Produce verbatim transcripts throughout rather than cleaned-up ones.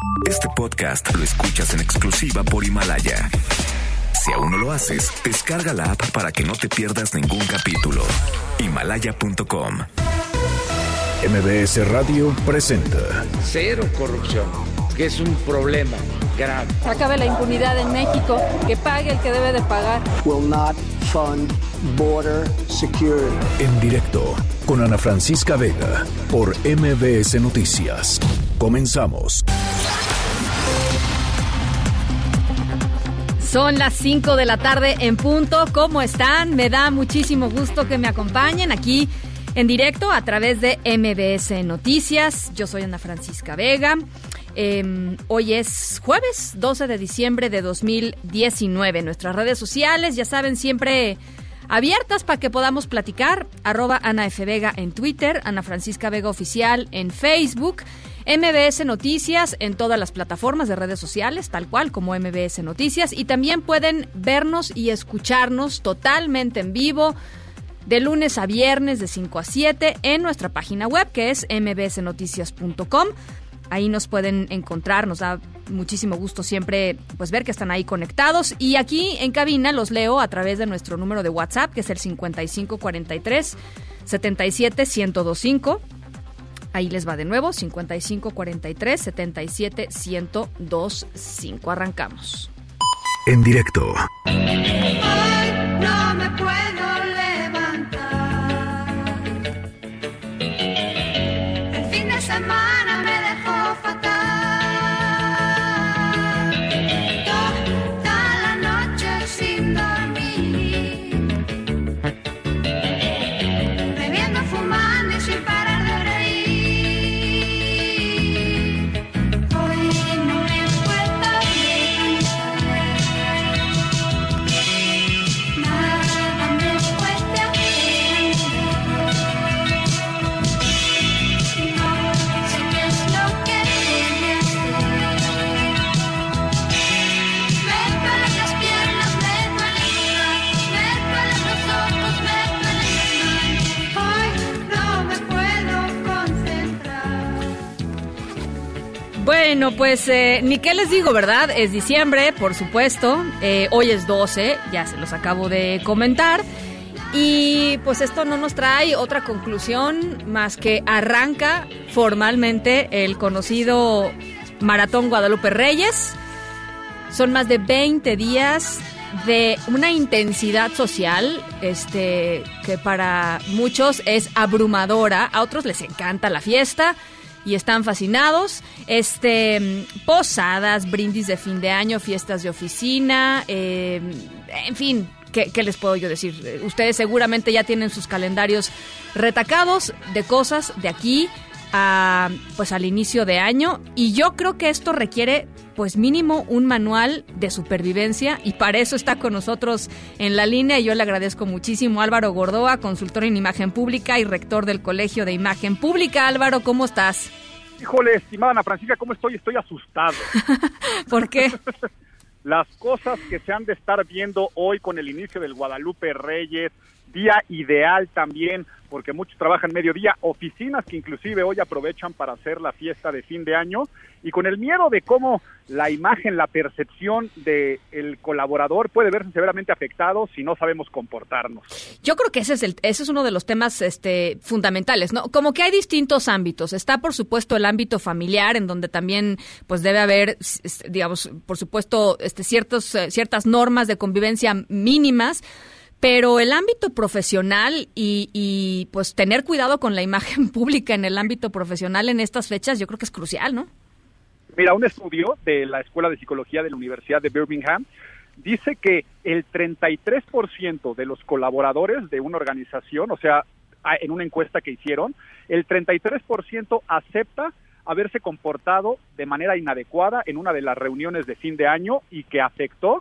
Este podcast lo escuchas en exclusiva por Himalaya. Si aún no lo haces, descarga la app para que no te pierdas ningún capítulo. Himalaya punto com. M B S Radio presenta Cero corrupción, que es un problema grave. Acabe la impunidad en México, que pague el que debe de pagar. Will not fund border security. En directo con Ana Francisca Vega por M B S Noticias. Comenzamos. Son las cinco de la tarde en punto. ¿Cómo están? Me da muchísimo gusto que me acompañen aquí en directo a través de M B S Noticias. Yo soy Ana Francisca Vega. Eh, hoy es jueves doce de diciembre de dos mil diecinueve. Nuestras redes sociales, ya saben, siempre abiertas para que podamos platicar. Arroba Ana F. Vega en Twitter, Ana Francisca Vega Oficial en Facebook, M B S Noticias en todas las plataformas de redes sociales, tal cual como M B S Noticias. Y también pueden vernos y escucharnos totalmente en vivo de lunes a viernes de cinco a siete en nuestra página web, que es m b s noticias punto com. Ahí nos pueden encontrar, nos da muchísimo gusto siempre pues ver que están ahí conectados. Y aquí en cabina los leo a través de nuestro número de WhatsApp, que es el cincuenta y cinco cuarenta y tres setenta y siete ciento veinticinco. Ahí les va de nuevo, cincuenta y cinco cuarenta y tres setenta y siete ciento veinticinco. Arrancamos. En directo. Hoy no me puedo levantar. El fin de semana me dejó fatal. Toda la noche sin dormir, bebiendo, fumando y sin parar de reír. Hoy no me puedo levantar. Nada me puede hacer. No sé qué es lo que debe hacer. Me duelen las piernas, me duelen los brazos, me duelen los ojos, me duelen las manos. Hoy no me puedo concentrar. Bueno, pues eh, ni qué les digo, ¿verdad? Es diciembre, por supuesto. Eh, hoy es doce, ya se los acabo de comentar. Y pues esto no nos trae otra conclusión más que arranca formalmente el conocido Maratón Guadalupe Reyes. Son más de veinte días de una intensidad social este, que para muchos es abrumadora. A otros les encanta la fiesta y están fascinados. Este, posadas, brindis de fin de año, fiestas de oficina, eh, en fin, ¿qué, ¿qué les puedo yo decir? Ustedes seguramente ya tienen sus calendarios retacados de cosas de aquí a, pues al inicio de año, y yo creo que esto requiere pues mínimo un manual de supervivencia, y para eso está con nosotros en la línea, y yo le agradezco muchísimo a Álvaro Gordoa, consultor en imagen pública y rector del Colegio de Imagen Pública. Álvaro, ¿cómo estás? Híjole, estimada Ana Francisca, ¿cómo estoy? Estoy asustado. ¿Por qué? Las cosas que se han de estar viendo hoy con el inicio del Guadalupe Reyes, día ideal también, porque muchos trabajan mediodía, oficinas que inclusive hoy aprovechan para hacer la fiesta de fin de año, y con el miedo de cómo la imagen, la percepción del colaborador puede verse severamente afectado si no sabemos comportarnos. Yo creo que ese es el, ese es uno de los temas este, fundamentales, ¿no? Como que hay distintos ámbitos. Está, por supuesto, el ámbito familiar, en donde también pues debe haber, digamos, por supuesto, este, ciertos, ciertas normas de convivencia mínimas. Pero el ámbito profesional y, y pues tener cuidado con la imagen pública en el ámbito profesional en estas fechas, yo creo que es crucial, ¿no? Mira, un estudio de la Escuela de Psicología de la Universidad de Birmingham dice que el treinta y tres por ciento de los colaboradores de una organización, o sea, en una encuesta que hicieron, el treinta y tres por ciento acepta haberse comportado de manera inadecuada en una de las reuniones de fin de año y que afectó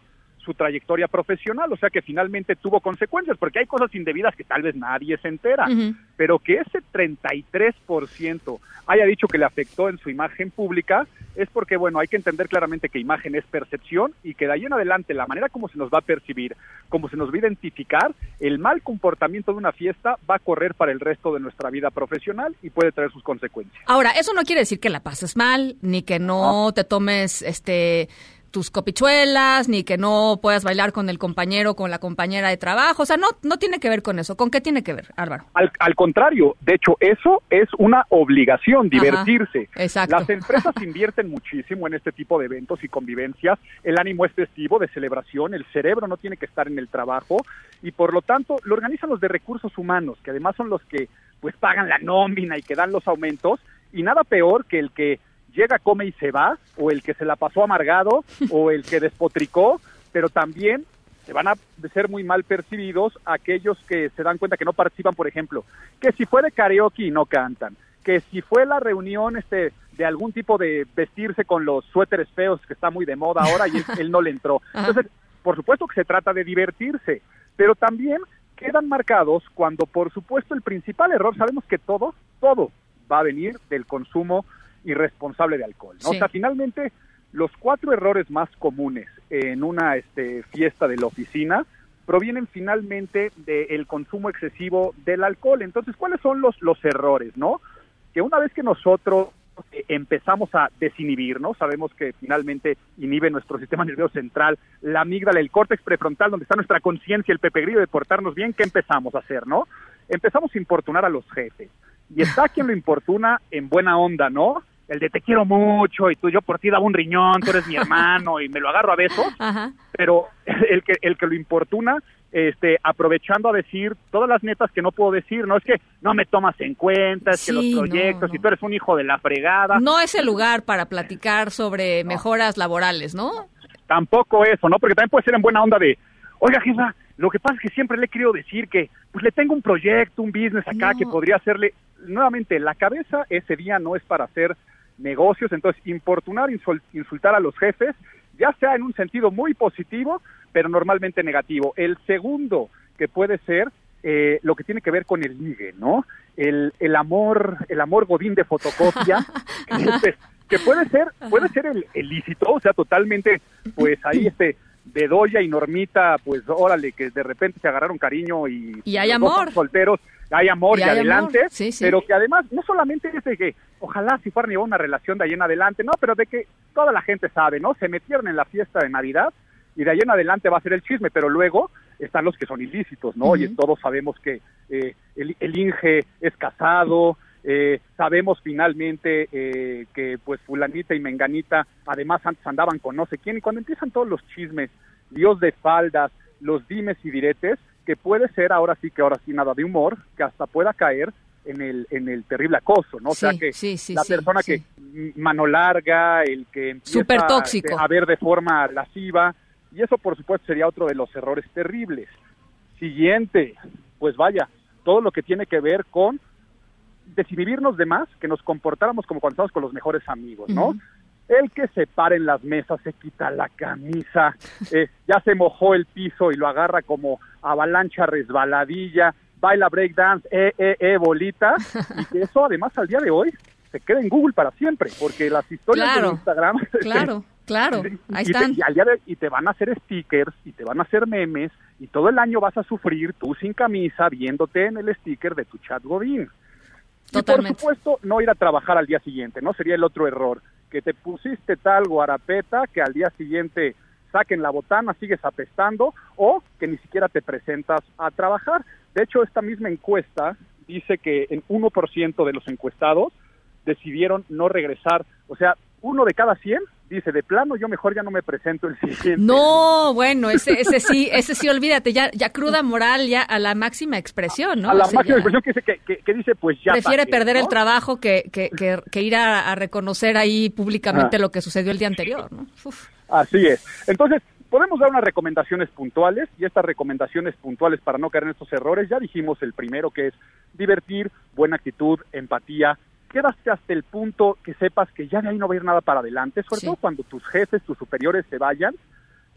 su trayectoria profesional, o sea que finalmente tuvo consecuencias, porque hay cosas indebidas que tal vez nadie se entera, uh-huh. pero que ese treinta y tres por ciento haya dicho que le afectó en su imagen pública, es porque, bueno, hay que entender claramente que imagen es percepción y que de ahí en adelante la manera como se nos va a percibir, como se nos va a identificar, el mal comportamiento de una fiesta va a correr para el resto de nuestra vida profesional y puede traer sus consecuencias. Ahora, eso no quiere decir que la pases mal, ni que no ah. te tomes este tus copichuelas, ni que no puedas bailar con el compañero o con la compañera de trabajo. O sea, no no tiene que ver con eso. ¿Con qué tiene que ver, Álvaro? Al, al contrario, de hecho, eso es una obligación, divertirse. Ajá, exacto. Las empresas invierten muchísimo en este tipo de eventos y convivencias. El ánimo es festivo, de celebración, el cerebro no tiene que estar en el trabajo y por lo tanto lo organizan los de recursos humanos, que además son los que pues pagan la nómina y que dan los aumentos, y nada peor que el que llega, come y se va, o el que se la pasó amargado, o el que despotricó, pero también se van a ser muy mal percibidos aquellos que se dan cuenta que no participan, por ejemplo, que si fue de karaoke y no cantan, que si fue la reunión este de algún tipo de vestirse con los suéteres feos que está muy de moda ahora y él, él no le entró. Entonces, por supuesto que se trata de divertirse, pero también quedan marcados cuando, por supuesto, el principal error, sabemos que todo, todo va a venir del consumo irresponsable de alcohol, ¿no? Sí. O sea, finalmente, los cuatro errores más comunes en una este, fiesta de la oficina provienen finalmente del consumo excesivo del alcohol. Entonces, ¿cuáles son los, los errores, no? Que una vez que nosotros eh, empezamos a desinhibirnos, sabemos que finalmente inhibe nuestro sistema nervioso central, la amígdala, el córtex prefrontal, donde está nuestra conciencia, el pepegrillo de portarnos bien, ¿qué empezamos a hacer, no? Empezamos a importunar a los jefes. Y está quien lo importuna en buena onda, ¿no? El de te quiero mucho y tú, yo por ti daba un riñón, tú eres mi hermano y me lo agarro a besos. Ajá. Pero el que el que lo importuna, este, aprovechando a decir todas las netas que no puedo decir, no es que no me tomas en cuenta, es sí, que los proyectos, no, no. y tú eres un hijo de la fregada. No es el lugar para platicar sobre mejoras no. laborales, ¿no? Tampoco eso, ¿no? Porque también puede ser en buena onda de, oiga, jefa, lo que pasa es que siempre le he querido decir que pues le tengo un proyecto, un business acá no. que podría hacerle. Nuevamente, la cabeza ese día no es para hacer negocios, entonces importunar, insultar a los jefes, ya sea en un sentido muy positivo, pero normalmente negativo. El segundo, que puede ser eh, lo que tiene que ver con el ligue, ¿no? El, el amor, el amor godín de fotocopia, que, que puede ser, puede ser el, el lícito, o sea, totalmente, pues ahí este Bedoya y Normita, pues órale, que de repente se agarraron cariño y, y hay amor, solteros, hay amor y, y hay adelante, amor. Sí, sí. Pero que además no solamente es de que ojalá si fueran llevar una relación de ahí en adelante, no, pero de que toda la gente sabe, ¿no? Se metieron en la fiesta de Navidad y de ahí en adelante va a ser el chisme, pero luego están los que son ilícitos, ¿no? Uh-huh. Y todos sabemos que eh, el, el Inge es casado, eh, sabemos finalmente eh, que pues fulanita y menganita además antes andaban con no sé quién, y cuando empiezan todos los chismes, Dios de faldas, los dimes y diretes, que puede ser ahora sí que ahora sí nada de humor, que hasta pueda caer en el en el terrible acoso, ¿no? Sí, o sea que sí, sí, la sí, persona sí. que mano larga, el que empieza Súper tóxico. a ver de forma lasciva, y eso por supuesto sería otro de los errores terribles. Siguiente, pues vaya, todo lo que tiene que ver con desinhibirnos de más, que nos comportáramos como cuando estamos con los mejores amigos, ¿no? Uh-huh. El que se para en las mesas, se quita la camisa, eh, ya se mojó el piso y lo agarra como avalancha resbaladilla, baila breakdance, eh, eh, eh, bolita, y que eso además al día de hoy se queda en Google para siempre, porque las historias claro, de Instagram... Claro, claro, ahí y están. Te, y, al día de, y te van a hacer stickers, y te van a hacer memes, y todo el año vas a sufrir tú sin camisa, viéndote en el sticker de tu chat godín. Totalmente. Y por supuesto, no ir a trabajar al día siguiente, ¿no? Sería el otro error, que te pusiste tal guarapeta que al día siguiente saquen la botana, sigues apestando, o que ni siquiera te presentas a trabajar. De hecho, esta misma encuesta dice que en uno por ciento de los encuestados decidieron no regresar. O sea, uno de cada cien dice, de plano, yo mejor ya no me presento el siguiente. No, bueno, ese ese sí, ese sí, olvídate, ya ya cruda moral, ya a la máxima expresión, ¿no? A la ese máxima ya... expresión que dice, que, que, que dice pues ya prefiere pagué, perder ¿no? el trabajo que, que, que, que ir a, a reconocer ahí públicamente ah. lo que sucedió el día anterior, ¿no? Uf. Así es. Entonces, podemos dar unas recomendaciones puntuales, y estas recomendaciones puntuales para no caer en estos errores, ya dijimos el primero, que es divertir, buena actitud, empatía. Quédate hasta el punto que sepas que ya de ahí no va a ir nada para adelante, sobre sí. todo cuando tus jefes, tus superiores se vayan.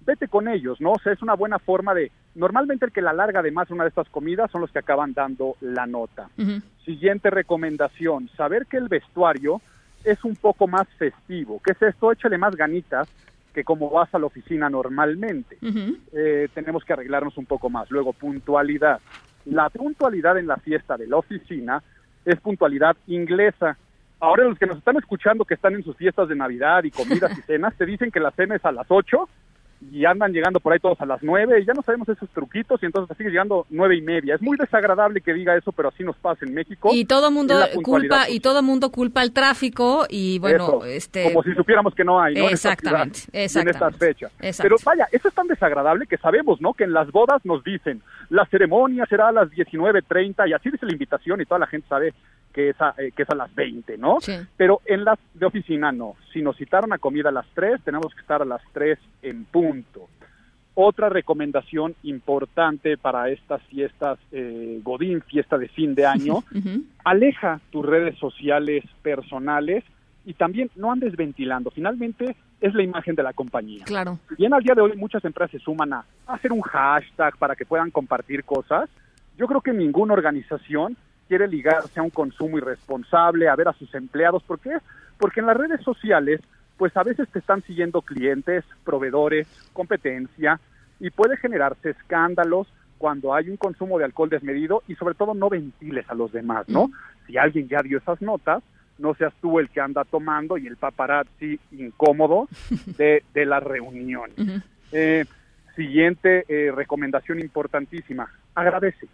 vete con ellos, ¿no? O sea, es una buena forma de... Normalmente el que la larga de más una de estas comidas son los que acaban dando la nota. Uh-huh. Siguiente recomendación, saber que el vestuario es un poco más festivo. ¿Qué es esto? Échale más ganitas que como vas a la oficina normalmente. Uh-huh. Eh, tenemos que arreglarnos un poco más. Luego, puntualidad. La puntualidad en la fiesta de la oficina es puntualidad inglesa. Ahora los que nos están escuchando que están en sus fiestas de Navidad y comidas y cenas, te dicen que la cena es a las ocho y andan llegando por ahí todos a las nueve y ya no sabemos esos truquitos y entonces sigue llegando nueve y media. Es muy desagradable que diga eso, pero así nos pasa en México. Y todo mundo culpa y todo mundo culpa el tráfico y bueno, eso, este como si supiéramos que no hay, ¿no? Exactamente, en, exactamente. en estas fechas. Exacto. Pero vaya, eso es tan desagradable que sabemos, ¿no? Que en las bodas nos dicen, la ceremonia será a las diecinueve treinta y así dice la invitación y toda la gente sabe que es a, eh, que es a las veinte, ¿no? Sí. Pero en las de oficina no. Si nos citaron a comida a las tres, tenemos que estar a las tres en punto. Otra recomendación importante para estas fiestas, eh, Godín, fiesta de fin de año, uh-huh. aleja tus redes sociales personales y también no andes ventilando. Finalmente es la imagen de la compañía. Claro. Bien, al día de hoy muchas empresas se suman a hacer un hashtag para que puedan compartir cosas. Yo creo que ninguna organización quiere ligarse a un consumo irresponsable, a ver a sus empleados. ¿Por qué? Porque en las redes sociales pues a veces te están siguiendo clientes, proveedores, competencia, y puede generarse escándalos cuando hay un consumo de alcohol desmedido y sobre todo no ventiles a los demás, ¿no? Mm. Si alguien ya dio esas notas, no seas tú el que anda tomando y el paparazzi incómodo de, de la reunión. Uh-huh. Eh, siguiente eh, recomendación importantísima, agradece.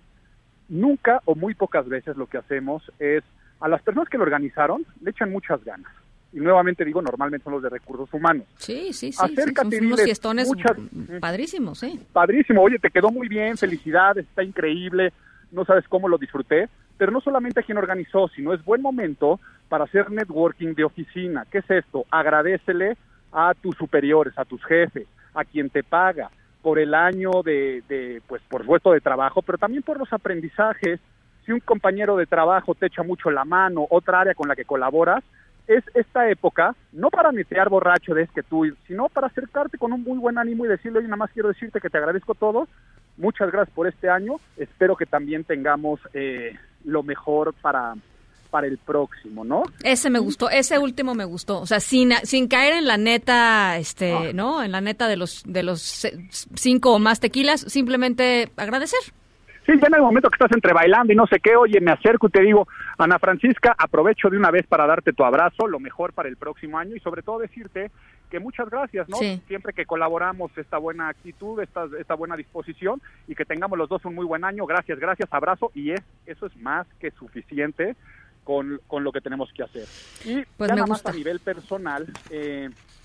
Nunca o muy pocas veces lo que hacemos es, a las personas que lo organizaron, le echan muchas ganas. Y nuevamente digo, normalmente son los de recursos humanos. Sí, sí, sí. Acércate, sí son unos diles, fiestones muchas, padrísimos, sí. Padrísimo, oye, te quedó muy bien, felicidades, está increíble, no sabes cómo lo disfruté, pero no solamente a quien organizó, sino es buen momento para hacer networking de oficina. ¿Qué es esto? Agradécele a tus superiores, a tus jefes, a quien te paga, por el año de, de, pues por supuesto de trabajo, pero también por los aprendizajes. Si un compañero de trabajo te echa mucho la mano, otra área con la que colaboras, es esta época, no para netear borracho de es que tú, sino para acercarte con un muy buen ánimo y decirle, oye, nada más quiero decirte que te agradezco todo, muchas gracias por este año, espero que también tengamos eh, lo mejor para, para el próximo, ¿no? Ese me gustó, ese último me gustó, o sea, sin sin caer en la neta, este, ah. ¿no? En la neta de los de los cinco o más tequilas, simplemente agradecer. Sí, ya en el momento que estás entre bailando y no sé qué, oye, me acerco y te digo, Ana Francisca, aprovecho de una vez para darte tu abrazo, lo mejor para el próximo año y sobre todo decirte que muchas gracias, ¿no? Sí. Siempre que colaboramos, esta buena actitud, esta, esta buena disposición y que tengamos los dos un muy buen año, gracias, gracias, abrazo y es eso es más que suficiente con, con lo que tenemos que hacer. Y pues ya me nada gusta. más a nivel personal, eh,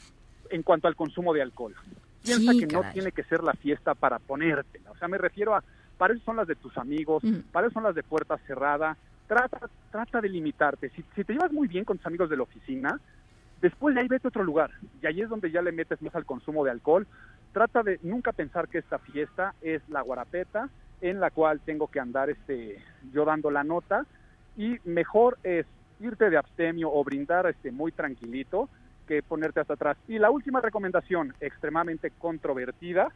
en cuanto al consumo de alcohol, piensa sí, que caray. no tiene que ser la fiesta para ponértela, o sea, me refiero a para eso son las de tus amigos, uh-huh. para eso son las de puerta cerrada, trata trata de limitarte, si, si te llevas muy bien con tus amigos de la oficina, después de ahí vete a otro lugar, y ahí es donde ya le metes más al consumo de alcohol, trata de nunca pensar que esta fiesta es la guarapeta en la cual tengo que andar este yo dando la nota, y mejor es irte de abstemio o brindar este muy tranquilito que ponerte hasta atrás. Y la última recomendación, extremadamente controvertida,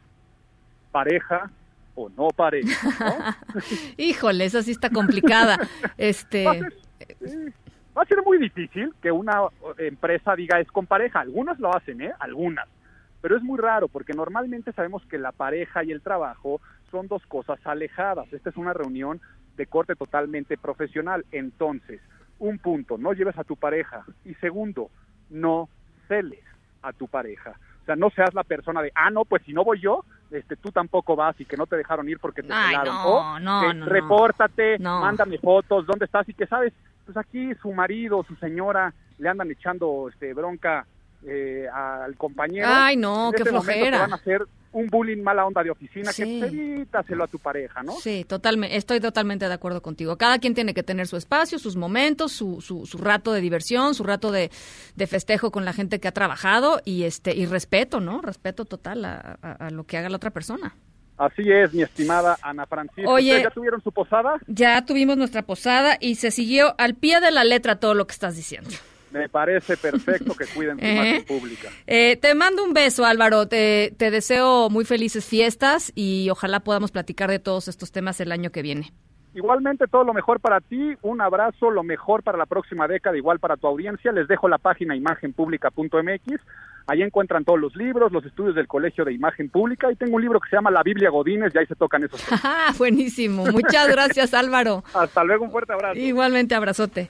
pareja o no pareja, ¿no? Híjole, esa sí está complicada. este va, a ser, sí, va a ser muy difícil que una empresa diga es con pareja. Algunas lo hacen, ¿eh? Algunas. Pero es muy raro porque normalmente sabemos que la pareja y el trabajo son dos cosas alejadas. Esta es una reunión de corte totalmente profesional. Entonces, un punto, no lleves a tu pareja. Y segundo, no celes a tu pareja. O sea, no seas la persona de, ah, no, pues si no voy yo, este, tú tampoco vas y que no te dejaron ir porque te Ay, celaron. no, o no, que no, repórtate, no. mándame fotos, ¿dónde estás? Y que sabes, pues aquí su marido, su señora, le andan echando este bronca eh, al compañero. Ay, no, en qué este flojera. Te van a hacer un bullying mala onda de oficina, Sí. que evítaselo a tu pareja, ¿no? Sí, totalmente, estoy totalmente de acuerdo contigo. Cada quien tiene que tener su espacio, sus momentos, su, su, su rato de diversión, su rato de, de festejo con la gente que ha trabajado y este y respeto, ¿no? Respeto total a, a, a lo que haga la otra persona. Así es, mi estimada Ana Francisca. Oye, ¿Ustedes ya tuvieron su posada? Ya tuvimos nuestra posada y se siguió al pie de la letra todo lo que estás diciendo. Me parece perfecto que cuiden su ¿Eh? imagen pública. Eh, te mando un beso, Álvaro. Te, te deseo muy felices fiestas y ojalá podamos platicar de todos estos temas el año que viene. Igualmente, todo lo mejor para ti, un abrazo, lo mejor para la próxima década, igual para tu audiencia. Les dejo la página imagen pública punto m x, ahí encuentran todos los libros, los estudios del Colegio de Imagen Pública, y tengo un libro que se llama La Biblia Godínez, y ahí se tocan esos temas. Buenísimo, muchas gracias, Álvaro. Hasta luego, un fuerte abrazo. Igualmente, abrazote.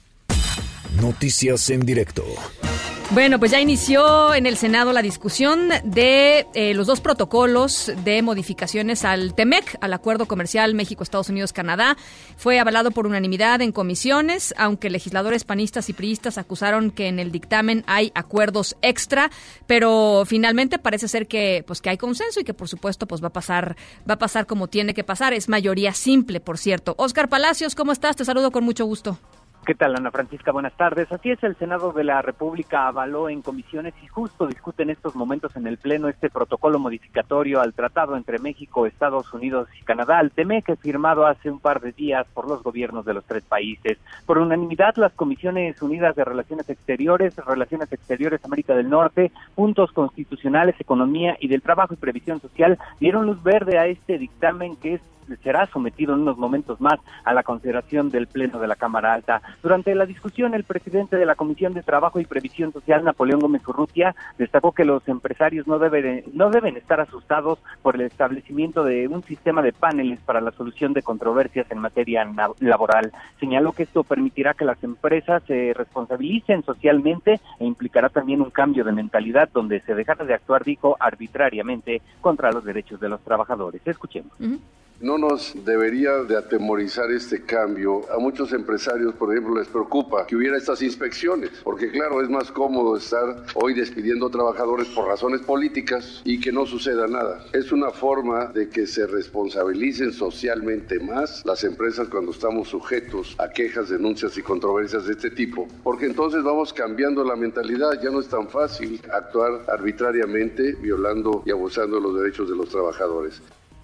Noticias en directo. Bueno, pues ya inició en el Senado la discusión de eh, los dos protocolos de modificaciones al TEMEC, al Acuerdo Comercial México-Estados Unidos-Canadá. Fue avalado por unanimidad en comisiones, aunque legisladores panistas y priistas acusaron que en el dictamen hay acuerdos extra, pero finalmente parece ser que pues que hay consenso y que por supuesto pues va a pasar va a pasar como tiene que pasar. Es mayoría simple, por cierto. Óscar Palacios, ¿cómo estás? Te saludo con mucho gusto. ¿Qué tal, Ana Francisca? Buenas tardes. Así es, el Senado de la República avaló en comisiones y justo discute en estos momentos en el Pleno este protocolo modificatorio al tratado entre México, Estados Unidos y Canadá, el TEMEC, firmado hace un par de días por los gobiernos de los tres países. Por unanimidad, las Comisiones Unidas de Relaciones Exteriores, Relaciones Exteriores América del Norte, Puntos Constitucionales, Economía y del Trabajo y Previsión Social dieron luz verde a este dictamen que es será sometido en unos momentos más a la consideración del Pleno de la Cámara Alta. Durante la discusión, el presidente de la Comisión de Trabajo y Previsión Social, Napoleón Gómez Urrutia, destacó que los empresarios no deben, no deben estar asustados por el establecimiento de un sistema de paneles para la solución de controversias en materia laboral. Señaló que esto permitirá que las empresas se responsabilicen socialmente e implicará también un cambio de mentalidad donde se dejará de actuar, dijo, arbitrariamente contra los derechos de los trabajadores. Escuchemos. Uh-huh. No nos debería de atemorizar este cambio. A muchos empresarios, por ejemplo, les preocupa que hubiera estas inspecciones, porque claro, es más cómodo estar hoy despidiendo trabajadores por razones políticas y que no suceda nada. Es una forma de que se responsabilicen socialmente más las empresas cuando estamos sujetos a quejas, denuncias y controversias de este tipo, porque entonces vamos cambiando la mentalidad. Ya no es tan fácil actuar arbitrariamente, violando y abusando de los derechos de los trabajadores.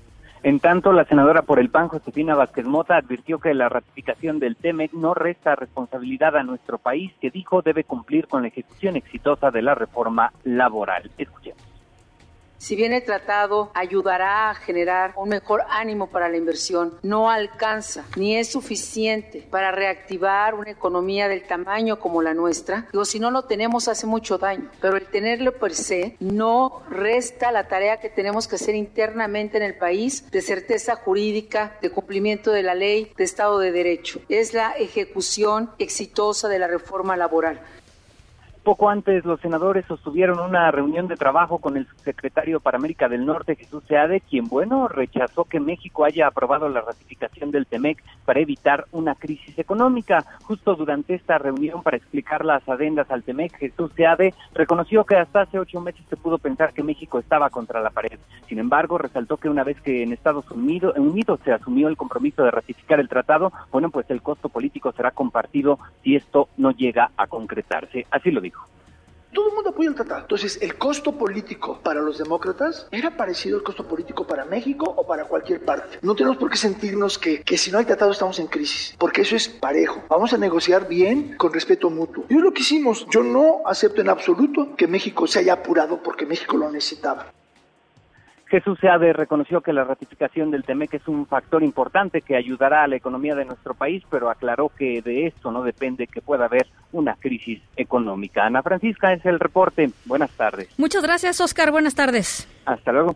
En tanto, la senadora por el P A N, Josefina Vázquez Mota, advirtió que la ratificación del TEMEC no resta responsabilidad a nuestro país, que dijo debe cumplir con la ejecución exitosa de la reforma laboral. Escuchemos. Si bien el tratado ayudará a generar un mejor ánimo para la inversión, no alcanza ni es suficiente para reactivar una economía del tamaño como la nuestra. Digo, si no lo tenemos hace mucho daño, pero el tenerlo per se no resta la tarea que tenemos que hacer internamente en el país de certeza jurídica, de cumplimiento de la ley, de Estado de Derecho. Es la ejecución exitosa de la reforma laboral. Poco antes, los senadores sostuvieron una reunión de trabajo con el subsecretario para América del Norte, Jesús Seade, quien, bueno, rechazó que México haya aprobado la ratificación del TEMEC para evitar una crisis económica. Justo durante esta reunión, para explicar las adendas al TEMEC, Jesús Seade reconoció que hasta hace ocho meses se pudo pensar que México estaba contra la pared. Sin embargo, resaltó que una vez que en Estados Unidos, Unidos se asumió el compromiso de ratificar el tratado, bueno, pues el costo político será compartido si esto no llega a concretarse. Así lo dijo. Todo el mundo apoya el tratado. Entonces, el costo político para los demócratas era parecido al costo político para México o para cualquier parte. No tenemos por qué sentirnos que, que si no hay tratado estamos en crisis, porque eso es parejo. Vamos a negociar bien, con respeto mutuo. Y es lo que hicimos. Yo no acepto en absoluto que México se haya apurado porque México lo necesitaba. Jesús Seade reconoció que la ratificación del TEMEC es un factor importante que ayudará a la economía de nuestro país, pero aclaró que de esto no depende que pueda haber una crisis económica. Ana Francisca, es el reporte. Buenas tardes. Muchas gracias, Óscar. Buenas tardes. Hasta luego.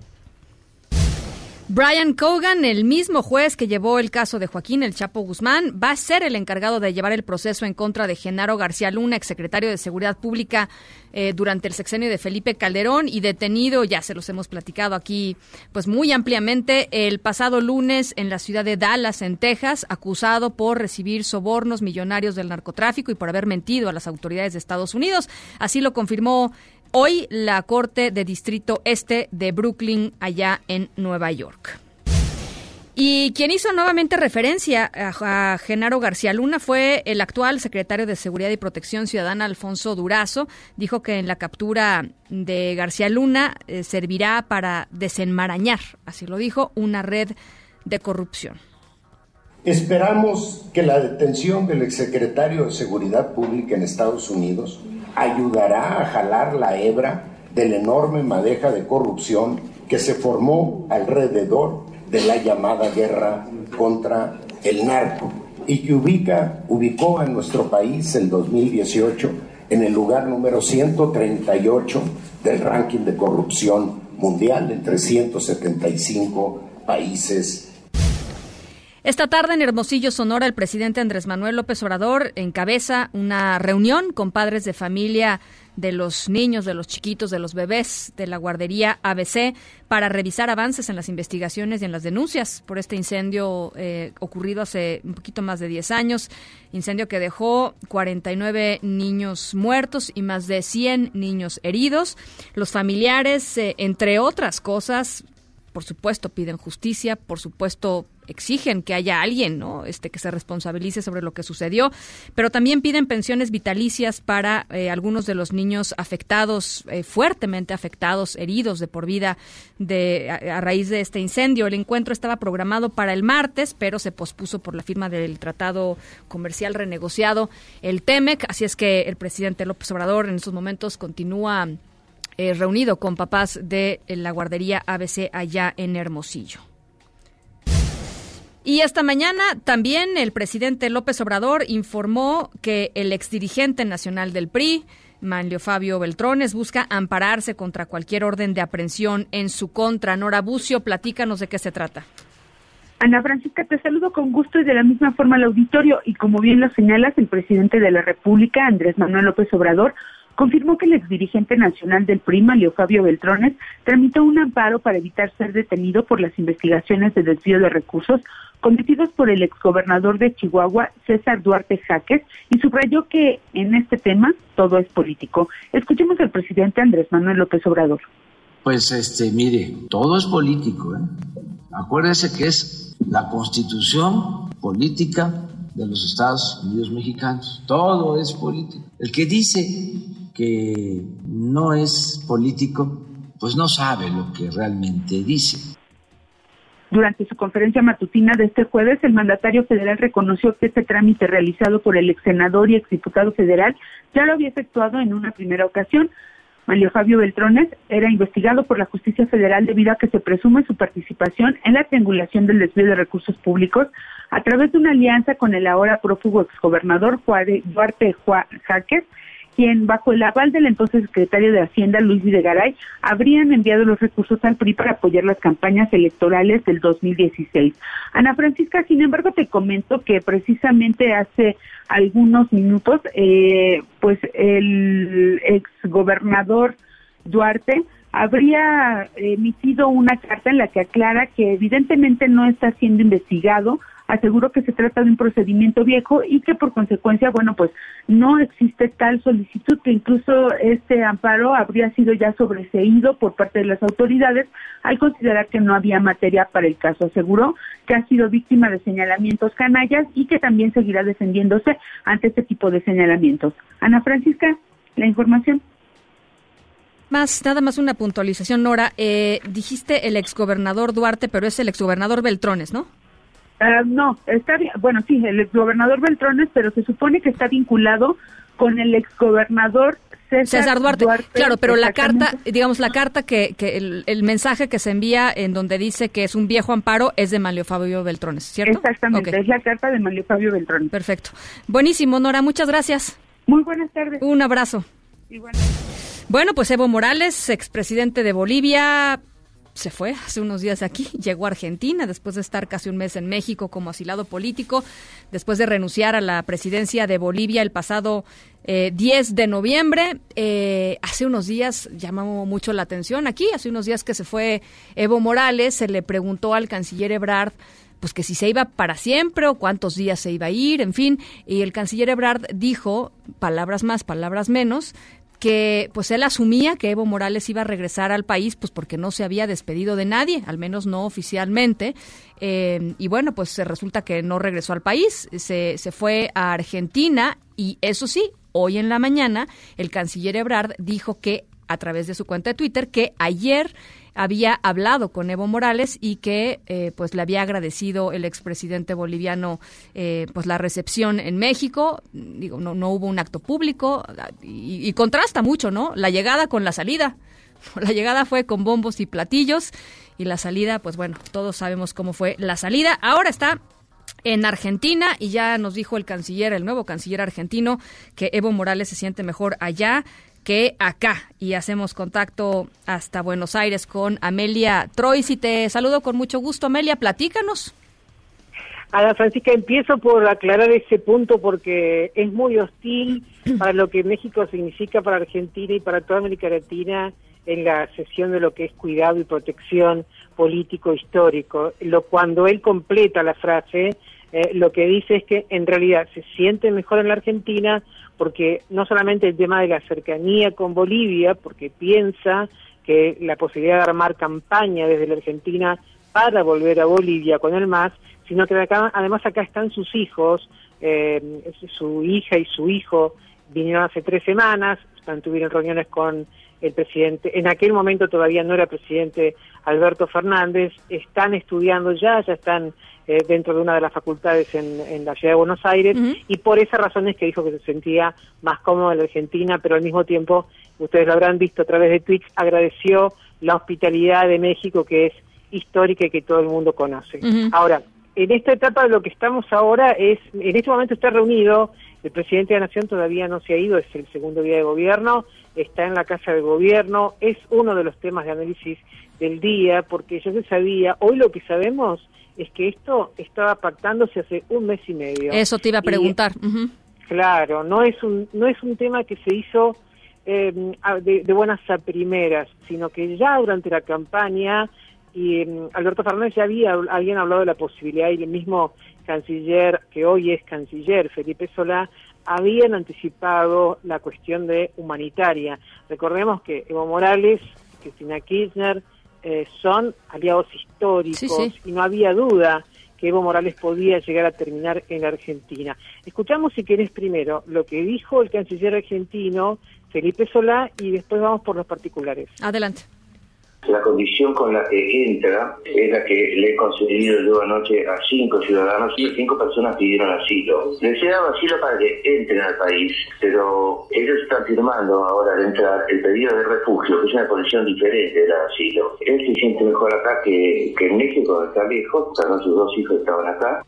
Brian Cogan, el mismo juez que llevó el caso de Joaquín El Chapo Guzmán, va a ser el encargado de llevar el proceso en contra de Genaro García Luna, exsecretario de Seguridad Pública eh, durante el sexenio de Felipe Calderón y detenido, ya se los hemos platicado aquí pues muy ampliamente, el pasado lunes en la ciudad de Dallas, en Texas, acusado por recibir sobornos millonarios del narcotráfico y por haber mentido a las autoridades de Estados Unidos. Así lo confirmó hoy la Corte de Distrito Este de Brooklyn, allá en Nueva York. Y quien hizo nuevamente referencia a, a Genaro García Luna fue el actual secretario de Seguridad y Protección Ciudadana, Alfonso Durazo. Dijo que en la captura de García Luna eh, servirá para desenmarañar, así lo dijo, una red de corrupción. Esperamos que la detención del exsecretario de Seguridad Pública en Estados Unidos ayudará a jalar la hebra de la enorme madeja de corrupción que se formó alrededor de la llamada guerra contra el narco y que ubica, ubicó a nuestro país en dos mil dieciocho en el lugar número ciento treinta y ocho del ranking de corrupción mundial entre ciento setenta y cinco países. Esta tarde en Hermosillo, Sonora, el presidente Andrés Manuel López Obrador encabeza una reunión con padres de familia de los niños, de los chiquitos, de los bebés de la guardería A B C para revisar avances en las investigaciones y en las denuncias por este incendio eh, ocurrido hace un poquito más de diez años, incendio que dejó cuarenta y nueve niños muertos y más de cien niños heridos. Los familiares, eh, entre otras cosas, por supuesto piden justicia, por supuesto exigen que haya alguien, ¿no? Este que se responsabilice sobre lo que sucedió, pero también piden pensiones vitalicias para eh, algunos de los niños afectados, eh, fuertemente afectados, heridos de por vida de a, a raíz de este incendio. El encuentro estaba programado para el martes, pero se pospuso por la firma del tratado comercial renegociado, el T E M E C, así es que el presidente López Obrador en estos momentos continúa eh, reunido con papás de la guardería A B C allá en Hermosillo. Y esta mañana también el presidente López Obrador informó que el exdirigente nacional del P R I, Manlio Fabio Beltrones, busca ampararse contra cualquier orden de aprehensión en su contra. Nora Bucio, platícanos de qué se trata. Ana Francisca, te saludo con gusto y de la misma forma al auditorio. Y como bien lo señalas, el presidente de la República, Andrés Manuel López Obrador, confirmó que el exdirigente nacional del P R I, Manlio Fabio Beltrones, tramitó un amparo para evitar ser detenido por las investigaciones de desvío de recursos cometidos por el exgobernador de Chihuahua, César Duarte Jaques, y subrayó que en este tema todo es político. Escuchemos al presidente Andrés Manuel López Obrador. Pues, este, mire, todo es político, ¿eh? Acuérdese que es la Constitución política de los Estados Unidos mexicanos. Todo es político. El que dice que no es político, pues no sabe lo que realmente dice. Durante su conferencia matutina de este jueves, el mandatario federal reconoció que este trámite realizado por el ex senador y exdiputado federal ya lo había efectuado en una primera ocasión. Manlio Fabio Beltrones era investigado por la justicia federal debido a que se presume su participación en la triangulación del desvío de recursos públicos a través de una alianza con el ahora prófugo exgobernador Juárez, Duarte Jaques, quien bajo el aval del entonces secretario de Hacienda, Luis Videgaray, habrían enviado los recursos al P R I para apoyar las campañas electorales del dos mil dieciséis. Ana Francisca, sin embargo, te comento que precisamente hace algunos minutos, eh, pues el exgobernador Duarte habría emitido una carta en la que aclara que evidentemente no está siendo investigado. Aseguró que se trata de un procedimiento viejo y que por consecuencia, bueno, pues no existe tal solicitud, que incluso este amparo habría sido ya sobreseído por parte de las autoridades al considerar que no había materia para el caso. Aseguró que ha sido víctima de señalamientos canallas y que también seguirá defendiéndose ante este tipo de señalamientos. Ana Francisca, la información. Más, nada más una puntualización, Nora. Eh, dijiste el exgobernador Duarte, pero es el exgobernador Beltrones, ¿no? Uh, no, está bien, bueno, sí, el exgobernador Beltrones, pero se supone que está vinculado con el exgobernador César, César Duarte. Duarte. Claro, pero la carta, digamos, la carta que, que el, el mensaje que se envía en donde dice que es un viejo amparo es de Manlio Fabio Beltrones, ¿cierto? Exactamente, okay. Es la carta de Manlio Fabio Beltrones. Perfecto. Buenísimo, Nora, muchas gracias. Muy buenas tardes. Un abrazo. Igual. Bueno, pues Evo Morales, expresidente de Bolivia, se fue hace unos días de aquí, llegó a Argentina después de estar casi un mes en México como asilado político, después de renunciar a la presidencia de Bolivia el pasado eh, diez de noviembre. Eh, hace unos días llamó mucho la atención aquí, hace unos días que se fue Evo Morales, se le preguntó al canciller Ebrard pues que si se iba para siempre o cuántos días se iba a ir, en fin, y el canciller Ebrard dijo, palabras más, palabras menos, que pues él asumía que Evo Morales iba a regresar al país pues porque no se había despedido de nadie, al menos no oficialmente, eh, y bueno, pues resulta que no regresó al país, se, se fue a Argentina y eso sí, hoy en la mañana el canciller Ebrard dijo que a través de su cuenta de Twitter que ayer había hablado con Evo Morales y que eh, pues le había agradecido el expresidente boliviano eh, pues la recepción en México. Digo, no, no hubo un acto público y, y contrasta mucho, ¿no? La llegada con la salida. La llegada fue con bombos y platillos y la salida, pues bueno, todos sabemos cómo fue la salida. Ahora está en Argentina y ya nos dijo el canciller, el nuevo canciller argentino, que Evo Morales se siente mejor allá que acá. Y hacemos contacto hasta Buenos Aires con Amelia Troisi. Te saludo con mucho gusto, Amelia, platícanos. Ana Francisca, empiezo por aclarar ese punto porque es muy hostil para lo que México significa para Argentina y para toda América Latina en la sesión de lo que es cuidado y protección político histórico. Lo, cuando él completa la frase, eh, lo que dice es que en realidad se siente mejor en la Argentina porque no solamente el tema de la cercanía con Bolivia, porque piensa que la posibilidad de armar campaña desde la Argentina para volver a Bolivia con el M A S, sino que acá, además acá están sus hijos, eh, su hija y su hijo vinieron hace tres semanas, tuvieron reuniones con el presidente, en aquel momento todavía no era presidente Alberto Fernández, están estudiando ya, ya están eh, dentro de una de las facultades en, en la ciudad de Buenos Aires, uh-huh. y por esa razón es que dijo que se sentía más cómodo en la Argentina, pero al mismo tiempo, ustedes lo habrán visto a través de tweets, agradeció la hospitalidad de México, que es histórica y que todo el mundo conoce. Uh-huh. Ahora, en esta etapa de lo que estamos ahora es, en este momento está reunido, el presidente de la Nación todavía no se ha ido, es el segundo día de gobierno, está en la Casa de Gobierno, es uno de los temas de análisis del día, porque ya se sabía, hoy lo que sabemos es que esto estaba pactándose hace un mes y medio. Eso te iba a preguntar. Y, uh-huh. Claro, no es un no es un tema que se hizo eh, de, de buenas a primeras, sino que ya durante la campaña, y eh, Alberto Fernández ya había habían hablado de la posibilidad, y el mismo canciller, que hoy es canciller, Felipe Solá, habían anticipado la cuestión de humanitaria. Recordemos que Evo Morales, Cristina Kirchner, eh, son aliados históricos, sí, sí. y no había duda que Evo Morales podía llegar a terminar en la Argentina. Escuchamos, si querés, primero lo que dijo el canciller argentino, Felipe Solá, y después vamos por los particulares. Adelante. La condición con la que entra es la que le he concedido yo anoche a cinco ciudadanos y cinco personas pidieron asilo. Les he dado asilo para que entren al país, pero ellos están firmando ahora de entrar el pedido de refugio, que es una condición diferente del asilo. Él se siente mejor acá que, que en México, está lejos, también sus dos hijos estaban acá.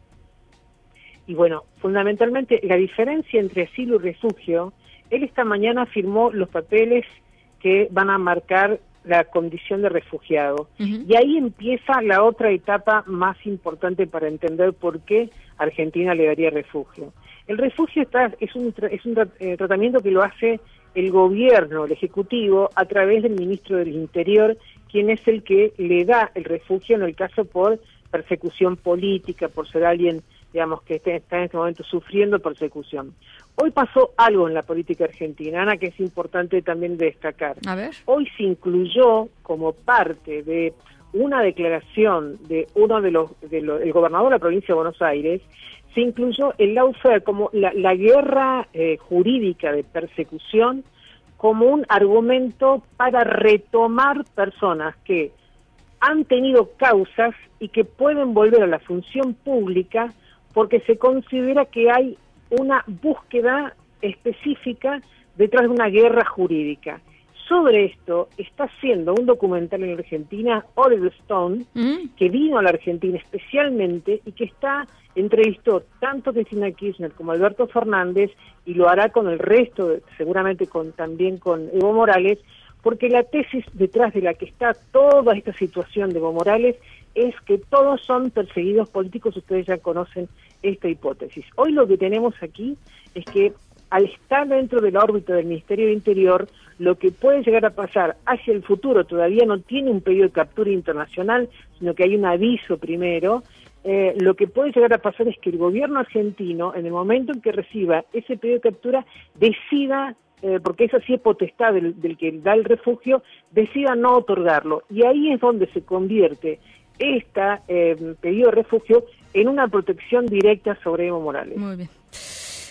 Y bueno, fundamentalmente la diferencia entre asilo y refugio, él esta mañana firmó los papeles que van a marcar la condición de refugiado. Uh-huh. Y ahí empieza la otra etapa más importante para entender por qué Argentina le daría refugio. El refugio está, es un, es un eh, tratamiento que lo hace el gobierno, el Ejecutivo, a través del ministro del Interior, quien es el que le da el refugio en el caso por persecución política, por ser alguien, digamos, que está en este momento sufriendo persecución. Hoy pasó algo en la política argentina, Ana, que es importante también destacar. A ver. Hoy se incluyó como parte de una declaración de uno de los, de los el gobernador de la provincia de Buenos Aires, se incluyó el lawfare como la, la guerra eh, jurídica de persecución como un argumento para retomar personas que han tenido causas y que pueden volver a la función pública porque se considera que hay una búsqueda específica detrás de una guerra jurídica. Sobre esto está haciendo un documental en Argentina, Oliver Stone, mm. que vino a la Argentina especialmente y que está entrevistó tanto a Cristina Kirchner como a Alberto Fernández y lo hará con el resto, seguramente con también con Evo Morales, porque la tesis detrás de la que está toda esta situación de Evo Morales es que todos son perseguidos políticos. Ustedes ya conocen esta hipótesis. Hoy lo que tenemos aquí es que al estar dentro de la órbita del Ministerio de Interior, lo que puede llegar a pasar hacia el futuro, todavía no tiene un pedido de captura internacional, sino que hay un aviso primero, eh, lo que puede llegar a pasar es que el gobierno argentino, en el momento en que reciba ese pedido de captura, decida, eh, porque eso sí es potestad del, del que da el refugio, decida no otorgarlo. Y ahí es donde se convierte esta eh, pedido de refugio en una protección directa sobre Evo Morales. Muy bien.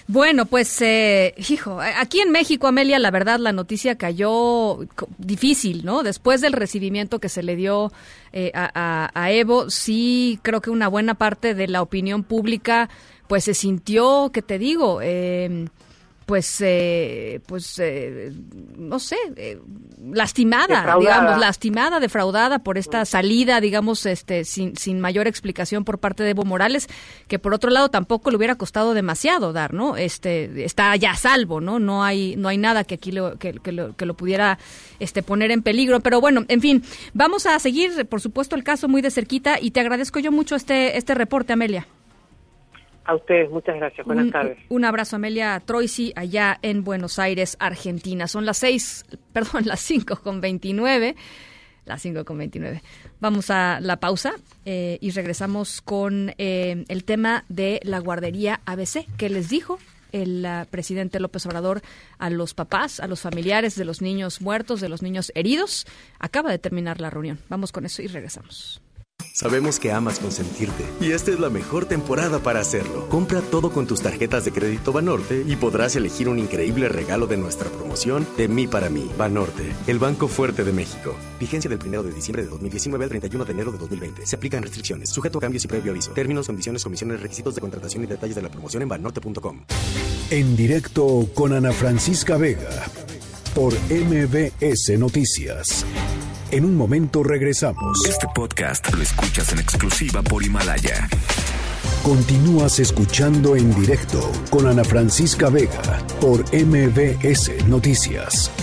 Bueno, pues, eh, hijo, aquí en México, Amelia, la verdad, la noticia cayó difícil, ¿no? Después del recibimiento que se le dio eh, a, a, a Evo, sí creo que una buena parte de la opinión pública, pues, se sintió, ¿qué te digo?, eh, pues, eh, pues, eh, no sé, eh, lastimada, defraudada. digamos, lastimada, defraudada por esta salida, digamos, este, sin, sin mayor explicación por parte de Evo Morales, que por otro lado tampoco le hubiera costado demasiado dar, ¿no? Este, está ya a salvo, ¿no? No hay, no hay nada que aquí lo, que, que lo, que lo pudiera, este, poner en peligro. Pero bueno, en fin, vamos a seguir, por supuesto, el caso muy de cerquita y te agradezco yo mucho este, este reporte, Amelia. A ustedes, muchas gracias. Buenas un, tardes. Un abrazo, Amelia Troisi, allá en Buenos Aires, Argentina. Son las seis, perdón, las cinco con veintinueve. Las cinco con veintinueve. Vamos a la pausa eh, y regresamos con eh, el tema de la guardería A B C. ¿Qué les dijo el uh, presidente López Obrador a los papás, a los familiares de los niños muertos, de los niños heridos? Acaba de terminar la reunión. Vamos con eso y regresamos. Sabemos que amas consentirte y esta es la mejor temporada para hacerlo. Compra todo con tus tarjetas de crédito Banorte y podrás elegir un increíble regalo de nuestra promoción De mí para mí. Banorte, el banco fuerte de México. Vigencia del primero de diciembre de dos mil diecinueve al treinta y uno de enero de dos mil veinte. Se aplican restricciones, sujeto a cambios y previo aviso. Términos, condiciones, comisiones, requisitos de contratación y detalles de la promoción en banorte punto com. En directo con Ana Francisca Vega por M B S Noticias. En un momento regresamos. Este podcast lo escuchas en exclusiva por Himalaya. Continúas escuchando En directo con Ana Francisca Vega por M B S Noticias.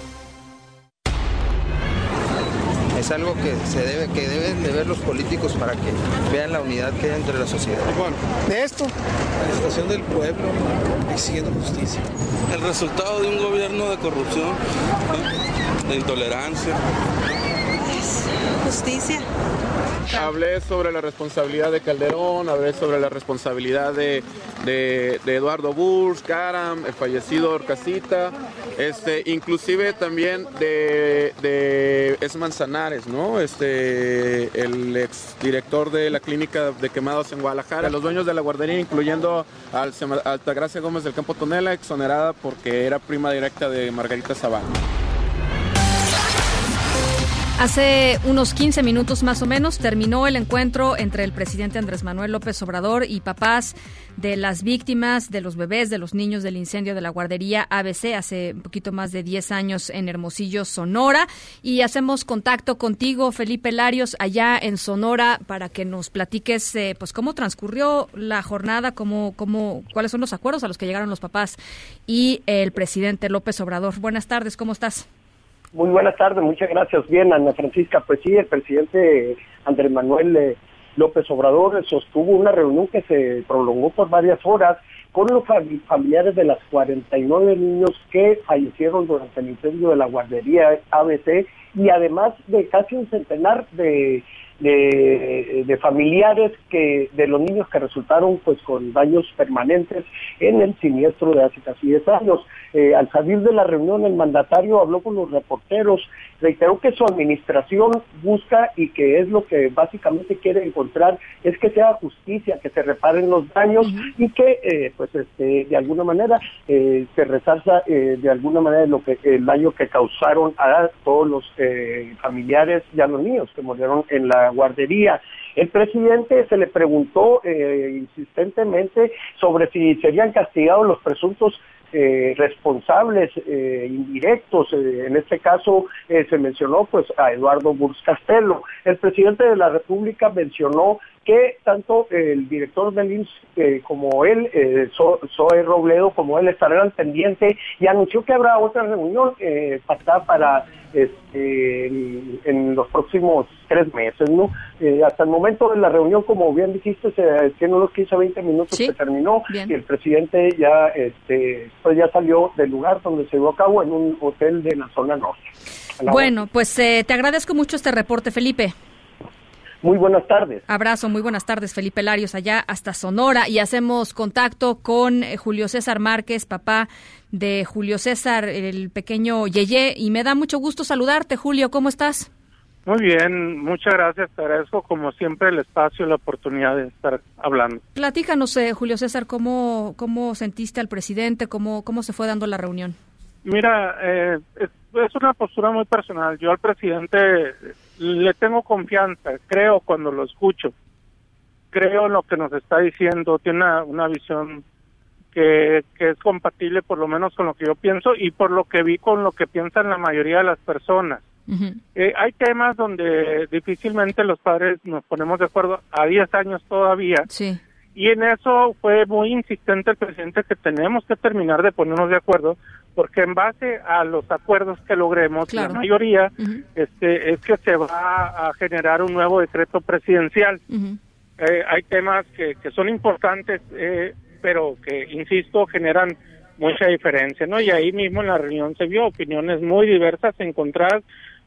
Es algo que se debe, que deben de ver los políticos para que vean la unidad que hay entre la sociedad. Bueno, de esto, la situación del pueblo exigiendo justicia. El resultado de un gobierno de corrupción, ¿no? De intolerancia. Justicia. Hablé sobre la responsabilidad de Calderón, hablé sobre la responsabilidad de, de, de Eduardo Bursch, Caram, el fallecido Orcasita, este, inclusive también de, de es Manzanares, ¿no? Este, el exdirector de la clínica de quemados en Guadalajara, los dueños de la guardería, incluyendo a Altagracia Gómez del Campo Tonela, exonerada porque era prima directa de Margarita Zavala. Hace unos quince minutos más o menos terminó el encuentro entre el presidente Andrés Manuel López Obrador y papás de las víctimas, de los bebés, de los niños del incendio de la guardería A B C hace un poquito más de diez años en Hermosillo, Sonora. Y hacemos contacto contigo, Felipe Larios, allá en Sonora, para que nos platiques eh, pues cómo transcurrió la jornada, cómo, cómo, cuáles son los acuerdos a los que llegaron los papás y el presidente López Obrador. Buenas tardes, ¿cómo estás? Muy buenas tardes, muchas gracias. Bien, Ana Francisca, pues sí, el presidente Andrés Manuel eh, López Obrador sostuvo una reunión que se prolongó por varias horas con los familiares de las cuarenta y nueve niños que fallecieron durante el incendio de la guardería A B C y además de casi un centenar de De, de familiares que de los niños que resultaron pues con daños permanentes en el siniestro de hace casi diez años. Eh, al salir de la reunión, el mandatario habló con los reporteros, reiteró que su administración busca y que es lo que básicamente quiere encontrar es que sea justicia, que se reparen los daños uh-huh. y que eh, pues este de alguna manera eh, se resarza eh, de alguna manera lo que el daño que causaron a todos los eh, familiares y a los niños que murieron en la guardería. El presidente se le preguntó eh, insistentemente sobre si serían castigados los presuntos eh, responsables eh, indirectos. Eh, en este caso eh, se mencionó pues a Eduardo Bursch Castelo. El presidente de la República mencionó que tanto el director del I M S S eh, como él, eh, Zoe Robledo, como él estarán al pendiente y anunció que habrá otra reunión eh, pactada para este, en, en los próximos tres meses, ¿no? Eh, hasta el momento de la reunión, como bien dijiste, se tiene unos quince a veinte minutos ¿Sí? que terminó bien. Y el presidente ya, este, pues ya salió del lugar donde se llevó a cabo en un hotel de la zona norte. La bueno, hora. pues eh, te agradezco mucho este reporte, Felipe. Muy buenas tardes. Abrazo, muy buenas tardes, Felipe Larios, allá hasta Sonora. Y hacemos contacto con Julio César Márquez, papá de Julio César, el pequeño Yeye. Y me da mucho gusto saludarte, Julio, ¿cómo estás? Muy bien, muchas gracias, te agradezco como siempre el espacio y la oportunidad de estar hablando. Platícanos, eh, Julio César, ¿cómo, cómo sentiste al presidente? ¿Cómo, cómo se fue dando la reunión? Mira, eh, es, es una postura muy personal. Yo al presidente le tengo confianza, creo cuando lo escucho, creo en lo que nos está diciendo, tiene una, una visión que, que es compatible por lo menos con lo que yo pienso y por lo que vi con lo que piensan la mayoría de las personas. Uh-huh. Eh, hay temas donde difícilmente los padres nos ponemos de acuerdo, a diez años todavía, sí. Y en eso fue muy insistente el presidente que tenemos que terminar de ponernos de acuerdo, porque en base a los acuerdos que logremos, claro. La mayoría, uh-huh. este, es que se va a generar un nuevo decreto presidencial. Uh-huh. Eh, hay temas que, que son importantes, eh, pero que, insisto, generan mucha diferencia, ¿no? Y ahí mismo en la reunión se vio opiniones muy diversas, encontradas,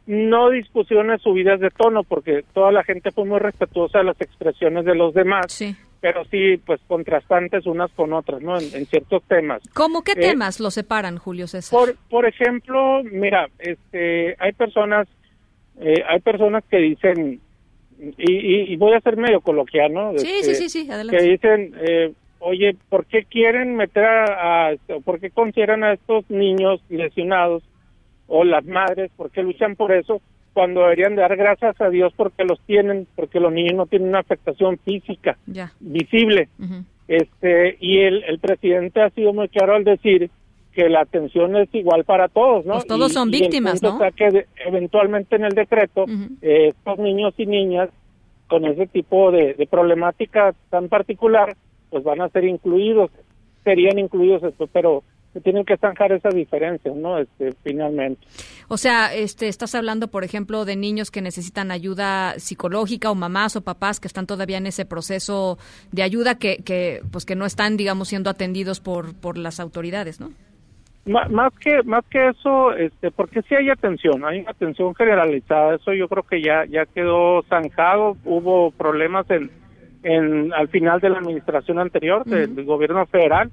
no discusiones subidas de tono, porque toda la gente fue muy respetuosa de las expresiones de los demás, sí. Pero sí, pues contrastantes unas con otras, ¿no? En, en ciertos temas. ¿Cómo qué eh, temas los separan, Julio César? Por, por ejemplo, mira, este, hay personas, eh, hay personas que dicen, y, y, y voy a ser medio coloquial, ¿no? Sí, este, sí, sí, sí, adelante. Que dicen, eh, oye, ¿por qué quieren meter a, a, por qué consideran a estos niños lesionados o las madres, por qué luchan por eso, cuando deberían dar gracias a Dios porque los tienen, porque los niños no tienen una afectación física ya. visible? Uh-huh. Este, y el, el presidente ha sido muy claro al decir que la atención es igual para todos, ¿no? Pues todos y, son víctimas, y ¿no? O sea, que de, eventualmente en el decreto, uh-huh. eh, estos niños y niñas con ese tipo de, de problemática tan particular, pues van a ser incluidos, serían incluidos, pero se tienen que zanjar esas diferencias, ¿no? Este, finalmente. O sea, este, estás hablando, por ejemplo, de niños que necesitan ayuda psicológica o mamás o papás que están todavía en ese proceso de ayuda que, que pues que no están, digamos, siendo atendidos por, por las autoridades, ¿no? M- más que, más que eso, este, porque sí hay atención, hay una atención generalizada, eso yo creo que ya, ya quedó zanjado, hubo problemas en, en, al final de la administración anterior, uh-huh. del, del gobierno federal.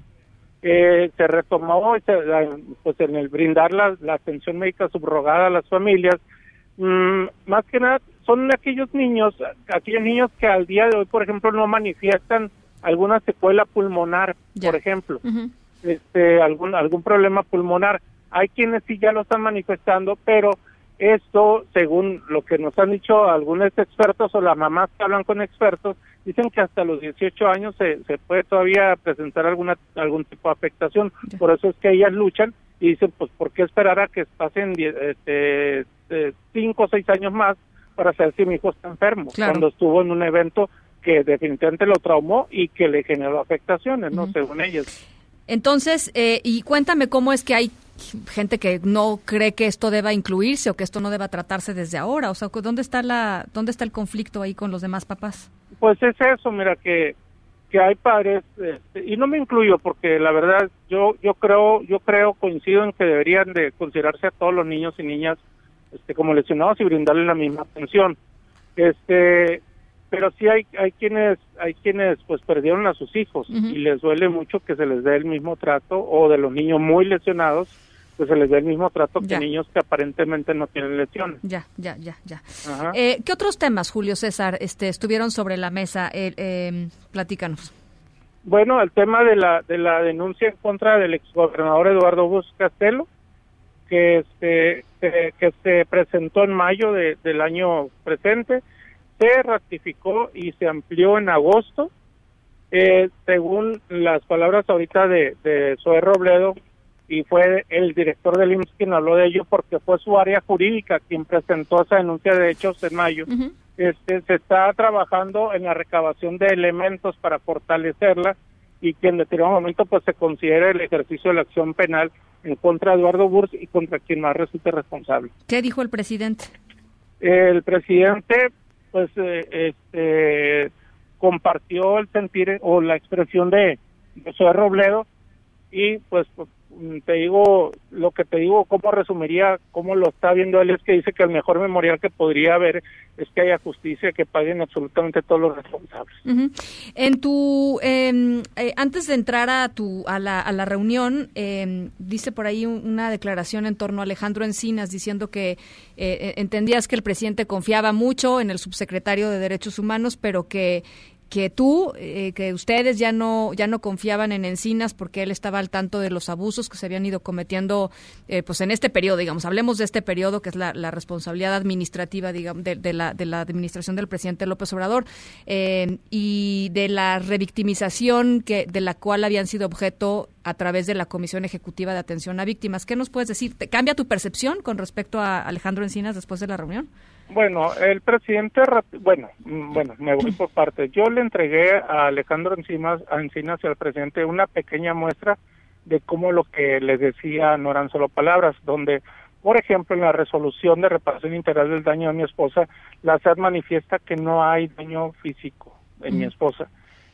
Eh, se retomó pues en el brindar la, la atención médica subrogada a las familias. Mm, más que nada son aquellos niños, aquellos niños que al día de hoy, por ejemplo, no manifiestan alguna secuela pulmonar, ya. Por ejemplo, uh-huh. este algún algún problema pulmonar. Hay quienes sí ya lo están manifestando, pero esto, según lo que nos han dicho algunos expertos o las mamás que hablan con expertos, dicen que hasta los dieciocho años se, se puede todavía presentar alguna algún tipo de afectación. Ya. Por eso es que ellas luchan y dicen, pues, ¿por qué esperar a que pasen este, cinco o seis años más para saber si mi hijo está enfermo? Claro. Cuando estuvo en un evento que definitivamente lo traumó y que le generó afectaciones, ¿no? Uh-huh. Según ellas. Entonces, eh, y cuéntame cómo es que hay gente que no cree que esto deba incluirse o que esto no deba tratarse desde ahora. O sea, ¿dónde está la, dónde está el conflicto ahí con los demás papás? Pues es eso, mira, que que hay padres, este, y no me incluyo porque la verdad yo yo creo yo creo coincido en que deberían de considerarse a todos los niños y niñas este como lesionados y brindarles la misma atención. Este, pero sí hay hay quienes hay quienes pues perdieron a sus hijos, uh-huh. y les duele mucho que se les dé el mismo trato, o de los niños muy lesionados pues se les dé el mismo trato ya. Que niños que aparentemente no tienen lesiones. Ya, ya, ya, ya. Eh, ¿Qué otros temas, Julio César, este, estuvieron sobre la mesa? Eh, eh, platícanos. Bueno, el tema de la de la denuncia en contra del exgobernador Eduardo Bursch Castelo, que este que, que se presentó en mayo de, del año presente, se ratificó y se amplió en agosto. Eh, según las palabras ahorita de, de Zoé Robledo, y fue el director del I M S S quien habló de ello porque fue su área jurídica quien presentó esa denuncia de hechos en mayo. Uh-huh. Este, se está trabajando en la recabación de elementos para fortalecerla y que en determinado momento pues se considere el ejercicio de la acción penal en contra de Eduardo Bursch y contra quien más resulte responsable. ¿Qué dijo el presidente? El presidente pues eh, este compartió el sentir o la expresión de, de Zoé Robledo y pues te digo, lo que te digo, cómo resumiría, cómo lo está viendo él, es que dice que el mejor memorial que podría haber es que haya justicia, que paguen absolutamente todos los responsables. Uh-huh. En tu, eh, eh, antes de entrar a tu a la, a la reunión, eh, dice por ahí una declaración en torno a Alejandro Encinas, diciendo que eh, entendías que el presidente confiaba mucho en el subsecretario de Derechos Humanos, pero que que tú, eh, que ustedes ya no ya no confiaban en Encinas porque él estaba al tanto de los abusos que se habían ido cometiendo, eh, pues en este periodo, digamos, hablemos de este periodo que es la, la responsabilidad administrativa, digamos, de, de la de la administración del presidente López Obrador, eh, y de la revictimización que de la cual habían sido objeto a través de la Comisión Ejecutiva de Atención a Víctimas. ¿Qué nos puedes decir? ¿Te cambia tu percepción con respecto a Alejandro Encinas después de la reunión? Bueno, el presidente, bueno, bueno, me voy por partes. Yo le entregué a Alejandro Encinas, a Encinas y al presidente una pequeña muestra de cómo lo que les decía no eran solo palabras, donde, por ejemplo, en la resolución de reparación integral del daño de mi esposa, la S A T manifiesta que no hay daño físico en mm. mi esposa.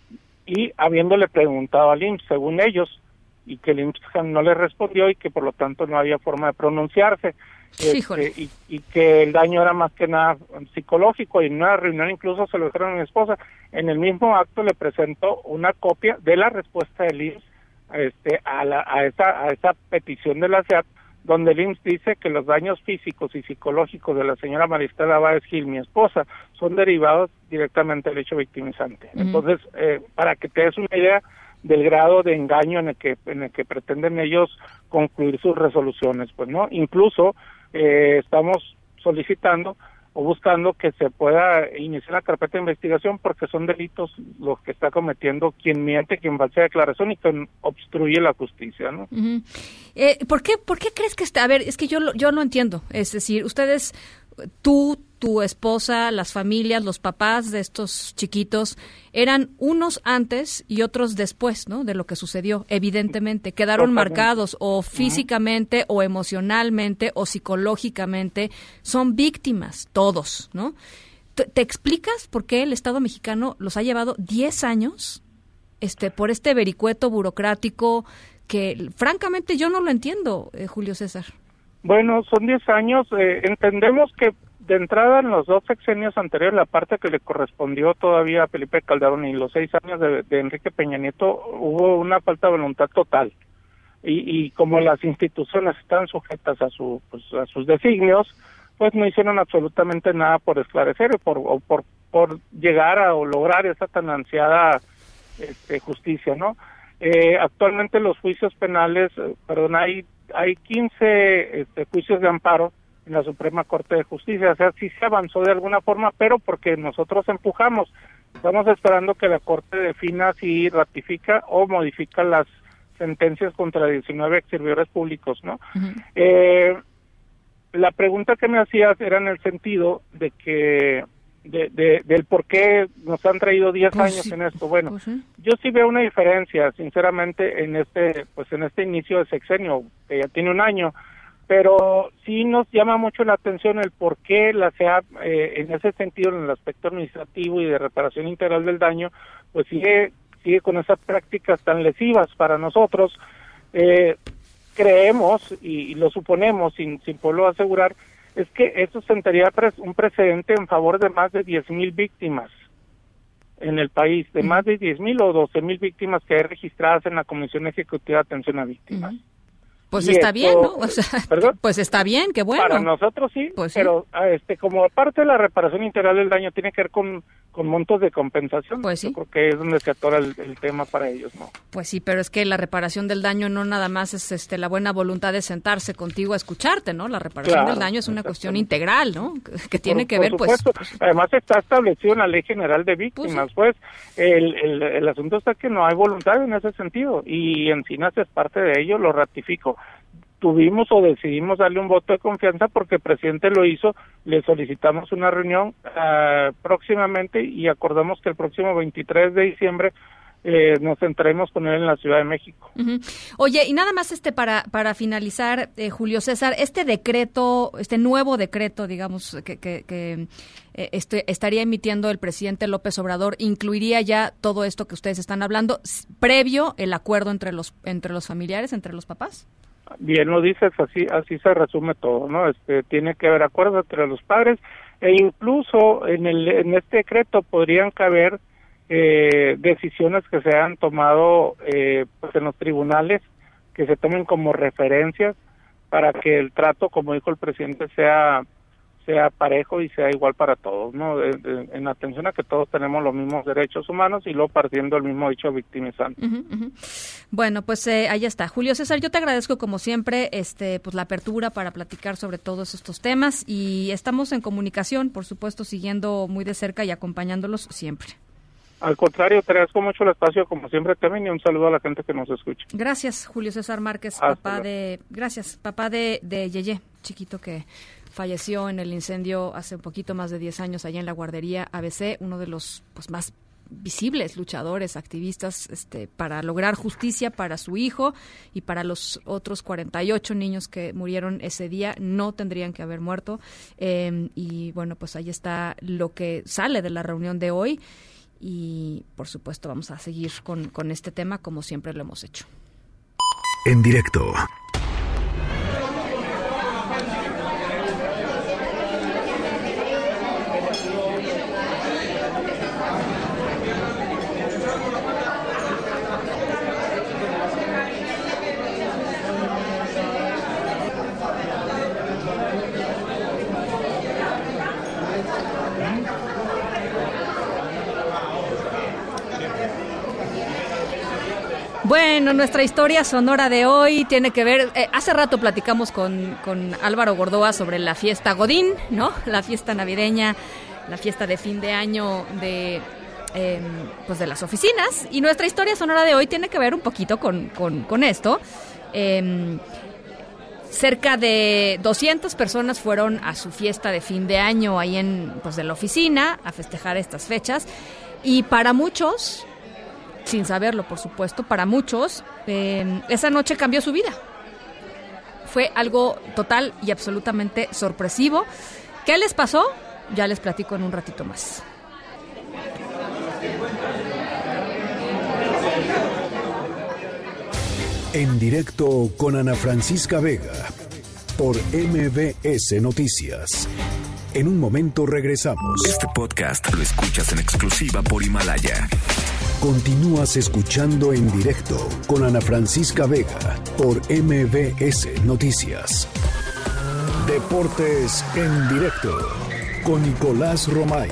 Y habiéndole preguntado al I M S S, según ellos, y que el I M S S no le respondió y que por lo tanto no había forma de pronunciarse. Este, y, y que el daño era más que nada psicológico, y en una reunión incluso se lo dijeron a mi esposa. En el mismo acto le presentó una copia de la respuesta del I M S S este, a, la, a, esa, a esa petición de la S A T, donde el I M S S dice que los daños físicos y psicológicos de la señora Maristela Báez Gil, mi esposa, son derivados directamente del hecho victimizante. Uh-huh. Entonces, eh, para que te des una idea del grado de engaño en el que en el que pretenden ellos concluir sus resoluciones, pues, ¿no? Incluso eh, estamos solicitando o buscando que se pueda iniciar la carpeta de investigación, porque son delitos los que está cometiendo quien miente, quien falsea declaración y quien obstruye la justicia, ¿no? Uh-huh. Eh, ¿por qué, por qué crees que está? A ver, es que yo yo no entiendo. Es decir, ustedes, tú, tu esposa, las familias, los papás de estos chiquitos, eran unos antes y otros después, ¿no? De lo que sucedió, evidentemente. Quedaron Totalmente. marcados o físicamente uh-huh. o emocionalmente o psicológicamente. Son víctimas, todos, ¿no? ¿Te, te explicas por qué el Estado mexicano los ha llevado diez años este, por este vericueto burocrático que, francamente, yo no lo entiendo, eh, Julio César? Bueno, son diez años. Eh, entendemos que de entrada, en los dos sexenios anteriores, la parte que le correspondió todavía a Felipe Calderón y los seis años de, de Enrique Peña Nieto, hubo una falta de voluntad total. Y, y como las instituciones están sujetas a su pues, a sus designios, pues no hicieron absolutamente nada por esclarecer o por, o por, por llegar a o lograr esa tan ansiada este, justicia, ¿no? Eh, actualmente los juicios penales, eh, perdón, hay, hay quince este, juicios de amparo en la Suprema Corte de Justicia. O sea, sí se avanzó de alguna forma, pero porque nosotros empujamos. Estamos esperando que la Corte defina si ratifica o modifica las sentencias contra diecinueve ex servidores públicos, ¿no? Uh-huh. Eh, la pregunta que me hacías era en el sentido de que de, de del por qué nos han traído diez pues años sí. en esto. Bueno, pues sí. yo sí veo una diferencia, sinceramente, en este pues en este inicio de sexenio, que ya tiene un año. Pero sí nos llama mucho la atención el por qué la C E A, eh, en ese sentido, en el aspecto administrativo y de reparación integral del daño, pues sigue sigue con esas prácticas tan lesivas para nosotros. Eh, creemos, y, y lo suponemos, sin, sin poderlo asegurar, es que eso sentaría pres- un precedente en favor de más de diez mil víctimas en el país, de más de diez mil o doce mil víctimas que hay registradas en la Comisión Ejecutiva de Atención a Víctimas. Uh-huh. Pues y está esto, bien, ¿no? O sea, ¿perdón? Pues está bien, qué bueno. Para nosotros sí, pues sí. pero este como parte de la reparación integral del daño tiene que ver con, con montos de compensación, pues sí. Yo creo que es donde se atora el, el tema para ellos, ¿no? Pues sí, pero es que la reparación del daño no nada más es este la buena voluntad de sentarse contigo a escucharte, ¿no? La reparación claro, del daño es una cuestión integral, ¿no? Que, que tiene por, que ver, por pues, pues... Además está establecido en la Ley General de Víctimas, pues, pues el, el, el asunto está que no hay voluntad en ese sentido, y Encinas es parte de ello, lo ratifico. Tuvimos o decidimos darle un voto de confianza porque el presidente lo hizo, le solicitamos una reunión uh, próximamente y acordamos que el próximo veintitrés de diciembre eh, nos centremos con él en la Ciudad de México. Uh-huh. Oye, y nada más este para para finalizar, eh, Julio César, este decreto, este nuevo decreto, digamos, que, que, que eh, este, estaría emitiendo el presidente López Obrador, ¿incluiría ya todo esto que ustedes están hablando, previo el acuerdo entre los entre los familiares, entre los papás? Bien lo dices, así así se resume todo, ¿no? Este tiene que haber acuerdo entre los padres e incluso en el en este decreto podrían caber eh, decisiones que se han tomado eh, pues en los tribunales, que se tomen como referencias para que el trato, como dijo el presidente, sea sea parejo y sea igual para todos, ¿no? De, de, en atención a que todos tenemos los mismos derechos humanos y luego partiendo del mismo hecho victimizante. Uh-huh, uh-huh. Bueno, pues eh, ahí está. Julio César, yo te agradezco como siempre este pues la apertura para platicar sobre todos estos temas y estamos en comunicación, por supuesto, siguiendo muy de cerca y acompañándolos siempre. Al contrario, te agradezco mucho el espacio, como siempre, también, y un saludo a la gente que nos escucha. Gracias, Julio César Márquez, Hasta papá luego. de, gracias, papá de, de Yeye, chiquito que falleció en el incendio hace un poquito más de diez años allá en la guardería A B C, uno de los pues más visibles luchadores, activistas este, para lograr justicia para su hijo y para los otros cuarenta y ocho niños que murieron ese día, no tendrían que haber muerto. Eh, y bueno, pues ahí está lo que sale de la reunión de hoy y por supuesto vamos a seguir con, con este tema como siempre lo hemos hecho. En directo. Bueno, nuestra historia sonora de hoy tiene que ver, eh, hace rato platicamos con, con Álvaro Gordoa sobre la fiesta Godín, ¿no? La fiesta navideña, la fiesta de fin de año de, eh, pues de las oficinas. Y nuestra historia sonora de hoy tiene que ver un poquito con, con, con esto. Eh, cerca de doscientas personas fueron a su fiesta de fin de año ahí en, pues de la oficina a festejar estas fechas. Y para muchos, sin saberlo, por supuesto, para muchos, eh, esa noche cambió su vida. Fue algo total y absolutamente sorpresivo. ¿Qué les pasó? Ya les platico en un ratito más. En directo con Ana Francisca Vega, por M B S Noticias. En un momento regresamos. Este podcast lo escuchas en exclusiva por Himalaya. Continúas escuchando En directo con Ana Francisca Vega por M B S Noticias. Deportes en directo con Nicolás Romay.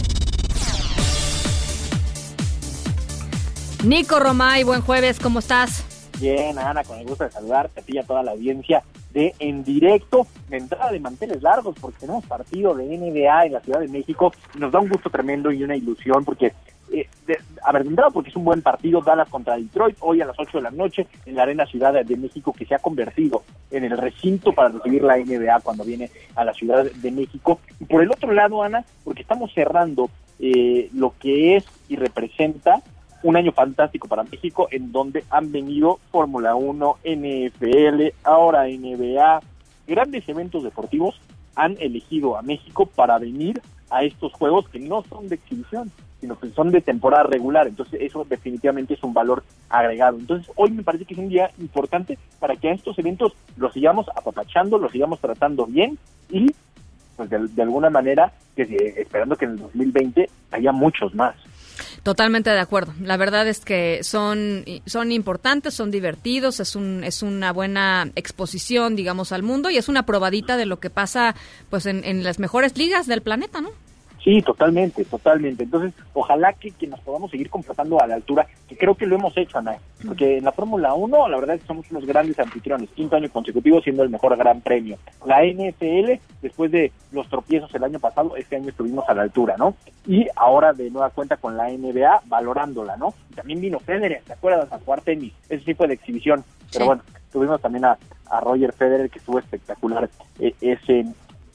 Nico Romay, buen jueves, ¿cómo estás? Bien, Ana, con el gusto de saludarte a ti y a toda la audiencia de En Directo, de entrada de manteles largos, porque tenemos partido de N B A en la Ciudad de México, y nos da un gusto tremendo y una ilusión, porque, eh, de, a ver, de entrada porque es un buen partido, Dallas contra Detroit, hoy a las ocho de la noche, en la Arena Ciudad de México, que se ha convertido en el recinto para recibir la N B A cuando viene a la Ciudad de México. Y por el otro lado, Ana, porque estamos cerrando eh, lo que es y representa un año fantástico para México, en donde han venido Fórmula uno, N F L, ahora N B A, grandes eventos deportivos han elegido a México para venir a estos juegos que no son de exhibición, sino que son de temporada regular. Entonces eso definitivamente es un valor agregado. Entonces hoy me parece que es un día importante para que a estos eventos los sigamos apapachando, los sigamos tratando bien y pues de, de alguna manera que esperando que en el dos mil veinte haya muchos más. Totalmente de acuerdo. La verdad es que son son importantes, son divertidos, es un es una buena exposición, digamos, al mundo y es una probadita de lo que pasa pues en, en las mejores ligas del planeta, ¿no? Sí, totalmente, totalmente. Entonces, ojalá que, que nos podamos seguir comportando a la altura, que creo que lo hemos hecho, Ana, porque en la Fórmula uno, la verdad es que somos unos grandes anfitriones, quinto año consecutivo siendo el mejor gran premio. La N F L, después de los tropiezos el año pasado, este año estuvimos a la altura, ¿no? Y ahora de nueva cuenta con la N B A, valorándola, ¿no? Y también vino Federer, ¿te acuerdas? A jugar tenis, ese tipo de exhibición. Pero sí. Bueno, tuvimos también a, a Roger Federer, que estuvo espectacular eh, ese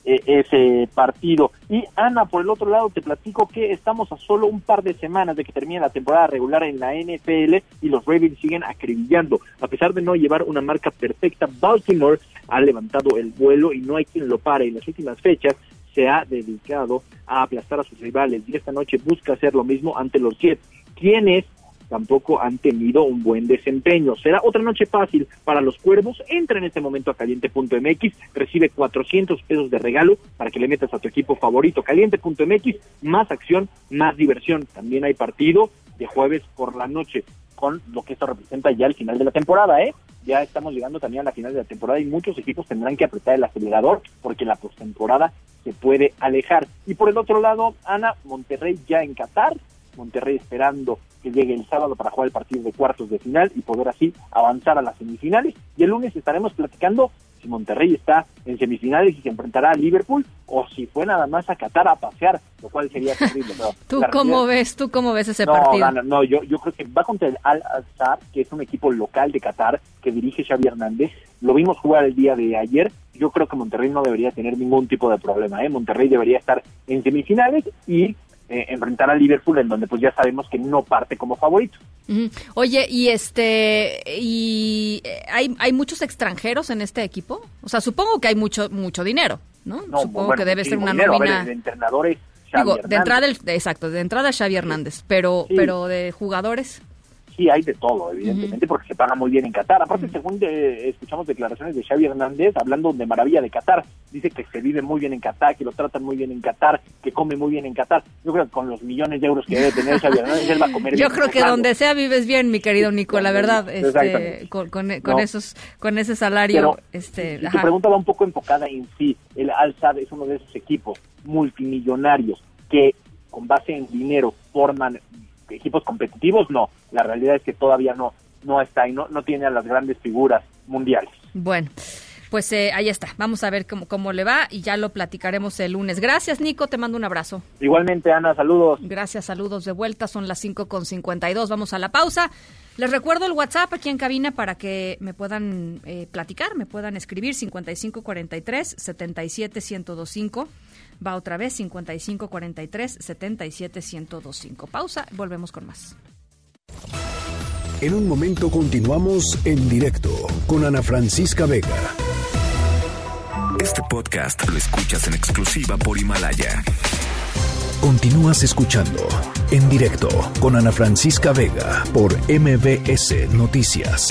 eh, ese partido. Y Ana, por el otro lado, te platico que estamos a solo un par de semanas de que termine la temporada regular en la N F L y los Ravens siguen acribillando. A pesar de no llevar una marca perfecta, Baltimore ha levantado el vuelo y no hay quien lo pare. En las últimas fechas se ha dedicado a aplastar a sus rivales y esta noche busca hacer lo mismo ante los Jets, quienes tampoco han tenido un buen desempeño. Será otra noche fácil para los Cuervos. Entra en este momento a caliente punto m x, recibe cuatrocientos pesos de regalo para que le metas a tu equipo favorito. caliente punto m x, más acción, más diversión. También hay partido de jueves por la noche, con lo que esto representa ya el final de la temporada, ¿eh? Ya estamos llegando también a la final de la temporada y muchos equipos tendrán que apretar el acelerador porque la postemporada se puede alejar. Y por el otro lado, Ana, Monterrey ya en Qatar, Monterrey esperando que llegue el sábado para jugar el partido de cuartos de final y poder así avanzar a las semifinales. Y el lunes estaremos platicando si Monterrey está en semifinales y se enfrentará a Liverpool o si fue nada más a Qatar a pasear, lo cual sería terrible. Pero ¿Tú cómo realidad... ves? ¿Tú cómo ves ese no, partido? No, no, yo, yo creo que va contra el Al-Azhar, que es un equipo local de Qatar que dirige Xavi Hernández. Lo vimos jugar el día de ayer. Yo creo que Monterrey no debería tener ningún tipo de problema, ¿eh? Monterrey debería estar en semifinales y Eh, enfrentar a Liverpool, en donde pues ya sabemos que no parte como favorito. Uh-huh. Oye, y este y hay hay muchos extranjeros en este equipo, o sea, supongo que hay mucho mucho dinero, ¿no? no supongo bueno, que debe ser una dinero. nómina. A ver, de entrenadores Xavi Digo, Hernández. de entrada el, exacto, de entrada Xavi Hernández, pero Sí. pero de jugadores. Sí, hay de todo, evidentemente, uh-huh. porque se paga muy bien en Qatar. Aparte, uh-huh. según de, escuchamos declaraciones de Xavi Hernández, hablando de maravilla de Qatar, dice que se vive muy bien en Qatar, que lo tratan muy bien en Qatar, que come muy bien en Qatar. Yo creo que con los millones de euros que debe tener Xavi Hernández, él va a comer Yo bien. creo que donde sea vives bien, mi querido Nico, la verdad, este, con, con, con no. esos, con ese salario. Pero, este, y tu pregunta va un poco enfocada en sí. El Al-Sadd es uno de esos equipos multimillonarios que, con base en dinero, forman equipos competitivos. No, la realidad es que todavía no no está ahí, no, no tiene a las grandes figuras mundiales. Bueno, pues eh, ahí está, vamos a ver cómo, cómo le va y ya lo platicaremos el lunes. Gracias, Nico, te mando un abrazo. Igualmente, Ana, saludos. Gracias, saludos de vuelta, son las cinco con cincuenta y dos, vamos a la pausa. Les recuerdo el WhatsApp aquí en cabina para que me puedan eh, platicar, me puedan escribir cincuenta y cinco cuarenta y tres, setenta y siete, ciento veinticinco. Va otra vez, cincuenta y cinco cuarenta y tres, setenta y siete, ciento veinticinco. Pausa, volvemos con más. En un momento continuamos en directo con Ana Francisca Vega. Este podcast lo escuchas en exclusiva por Himalaya. Continúas escuchando en directo con Ana Francisca Vega por M B S Noticias.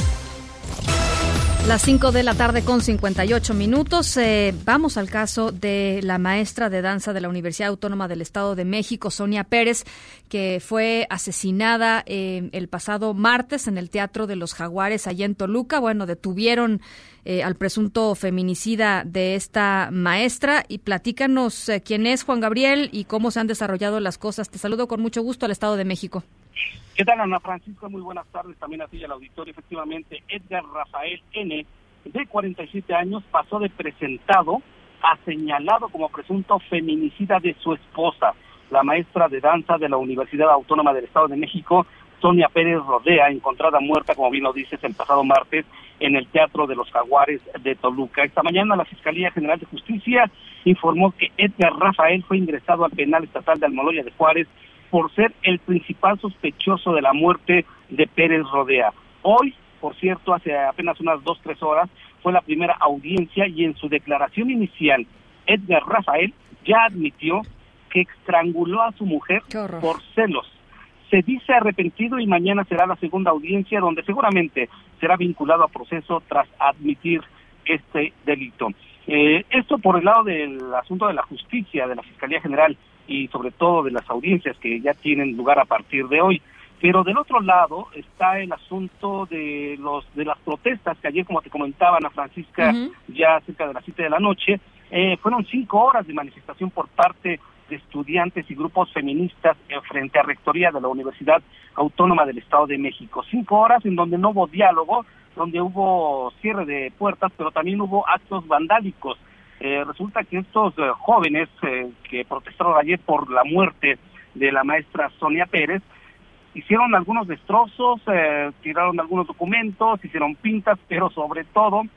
Las cinco de la tarde con cincuenta y ocho minutos. Eh, vamos al caso de la maestra de danza de la Universidad Autónoma del Estado de México, Sonia Pérez, que fue asesinada eh, el pasado martes en el Teatro de los Jaguares, allá en Toluca. Bueno, detuvieron eh, al presunto feminicida de esta maestra. Y platícanos eh, quién es Juan Gabriel y cómo se han desarrollado las cosas. Te saludo con mucho gusto al Estado de México. ¿Qué tal, Ana Francisca? Muy buenas tardes también a ti y al auditorio. Efectivamente, Edgar Rafael N., de cuarenta y siete años, pasó de presentado a señalado como presunto feminicida de su esposa, la maestra de danza de la Universidad Autónoma del Estado de México, Sonia Pérez Rodea, encontrada muerta, como bien lo dices, el pasado martes en el Teatro de los Jaguares de Toluca. Esta mañana la Fiscalía General de Justicia informó que Edgar Rafael fue ingresado al penal estatal de Almoloya de Juárez por ser el principal sospechoso de la muerte de Pérez Rodea. Hoy, por cierto, hace apenas unas dos, tres horas, fue la primera audiencia y en su declaración inicial, Edgar Rafael ya admitió que estranguló a su mujer por celos. Se dice arrepentido y mañana será la segunda audiencia donde seguramente será vinculado a proceso tras admitir este delito. Eh, esto por el lado del asunto de la justicia, de la Fiscalía General y sobre todo de las audiencias que ya tienen lugar a partir de hoy. Pero del otro lado está el asunto de los de las protestas que ayer, como te comentaba, Ana Francisca, uh-huh. ya cerca de las siete de la noche, eh, fueron cinco horas de manifestación por parte de estudiantes y grupos feministas eh, frente a Rectoría de la Universidad Autónoma del Estado de México. Cinco horas en donde no hubo diálogo, donde hubo cierre de puertas, pero también hubo actos vandálicos. Eh, resulta que estos eh, jóvenes eh, que protestaron ayer por la muerte de la maestra Sonia Pérez, hicieron algunos destrozos, eh, tiraron algunos documentos, hicieron pintas, pero sobre todo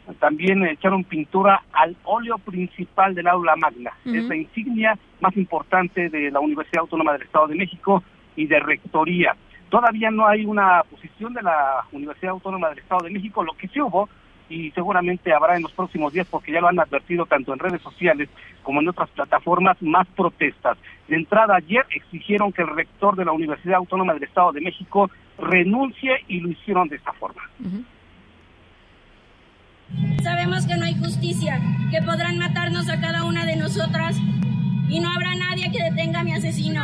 también echaron pintura al óleo principal del aula magna. Uh-huh. Es la insignia más importante de la Universidad Autónoma del Estado de México y de Rectoría. Todavía no hay una posición de la Universidad Autónoma del Estado de México, lo que sí hubo, y seguramente habrá en los próximos días, porque ya lo han advertido tanto en redes sociales como en otras plataformas, más protestas. De entrada, ayer exigieron que el rector de la Universidad Autónoma del Estado de México renuncie, y lo hicieron de esta forma. Uh-huh. Sabemos que no hay justicia, que podrán matarnos a cada una de nosotras y no habrá nadie que detenga a mi asesino.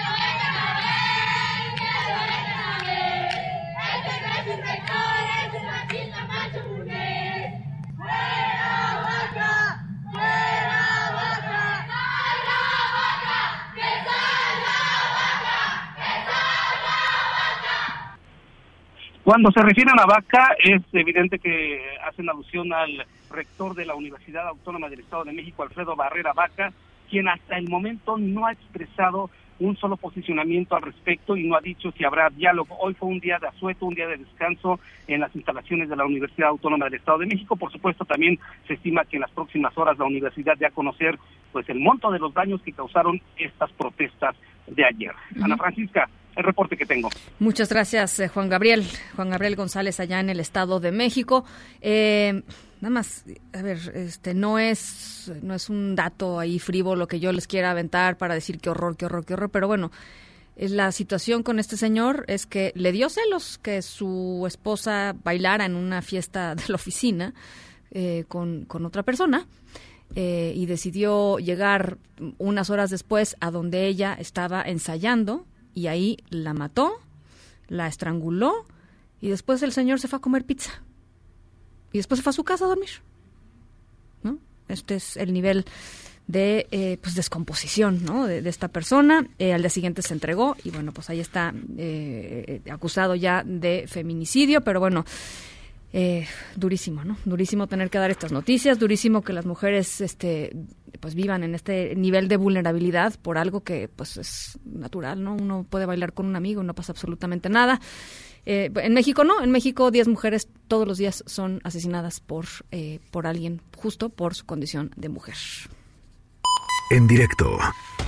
Cuando se refieren a Vaca, es evidente que hacen alusión al rector de la Universidad Autónoma del Estado de México, Alfredo Barrera Vaca, quien hasta el momento no ha expresado un solo posicionamiento al respecto y no ha dicho si habrá diálogo. Hoy fue un día de asueto, un día de descanso en las instalaciones de la Universidad Autónoma del Estado de México. Por supuesto, también se estima que en las próximas horas la universidad dé a conocer pues el monto de los daños que causaron estas protestas de ayer. Uh-huh. Ana Francisca, el reporte que tengo. Muchas gracias, eh, Juan Gabriel. Juan Gabriel González, allá en el Estado de México. Eh, nada más, a ver, este no es no es un dato ahí frívolo que yo les quiera aventar para decir qué horror, qué horror, qué horror, pero bueno, la situación con este señor es que le dio celos que su esposa bailara en una fiesta de la oficina eh, con, con otra persona. Eh, y decidió llegar unas horas después a donde ella estaba ensayando y ahí la mató, la estranguló y después el señor se fue a comer pizza y después se fue a su casa a dormir, ¿no? Este es el nivel de eh, pues descomposición, ¿no? de, de esta persona. Eh, al día siguiente se entregó y bueno, pues ahí está eh, acusado ya de feminicidio, pero bueno, Eh, durísimo, ¿no? Durísimo tener que dar estas noticias, durísimo que las mujeres este, pues vivan en este nivel de vulnerabilidad por algo que pues es natural, ¿no? Uno puede bailar con un amigo y no pasa absolutamente nada. Eh, en México no, en México diez mujeres todos los días son asesinadas por, eh, por alguien justo por su condición de mujer. En directo.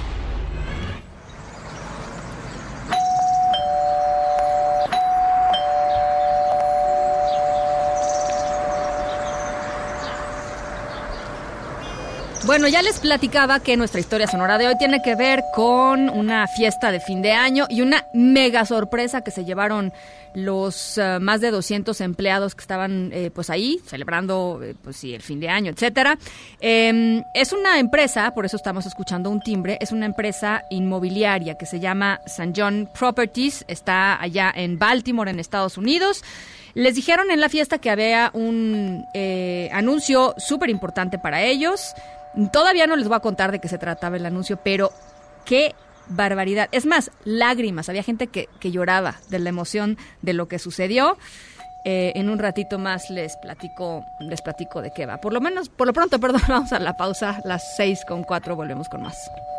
Bueno, ya les platicaba que nuestra historia sonora de hoy tiene que ver con una fiesta de fin de año y una mega sorpresa que se llevaron los uh, más de doscientos empleados que estaban eh, pues ahí celebrando eh, pues sí el fin de año, etcétera. Eh, es una empresa, por eso estamos escuchando un timbre, es una empresa inmobiliaria que se llama Saint John Properties, está allá en Baltimore, en Estados Unidos. Les dijeron en la fiesta que había un eh, anuncio súper importante para ellos. Todavía no les voy a contar de qué se trataba el anuncio, pero qué barbaridad. Es más, lágrimas. Había gente que, que lloraba de la emoción de lo que sucedió. Eh, en un ratito más les platico, les platico de qué va. Por lo menos, por lo pronto, perdón, vamos a la pausa. Las seis con cuatro, volvemos con más.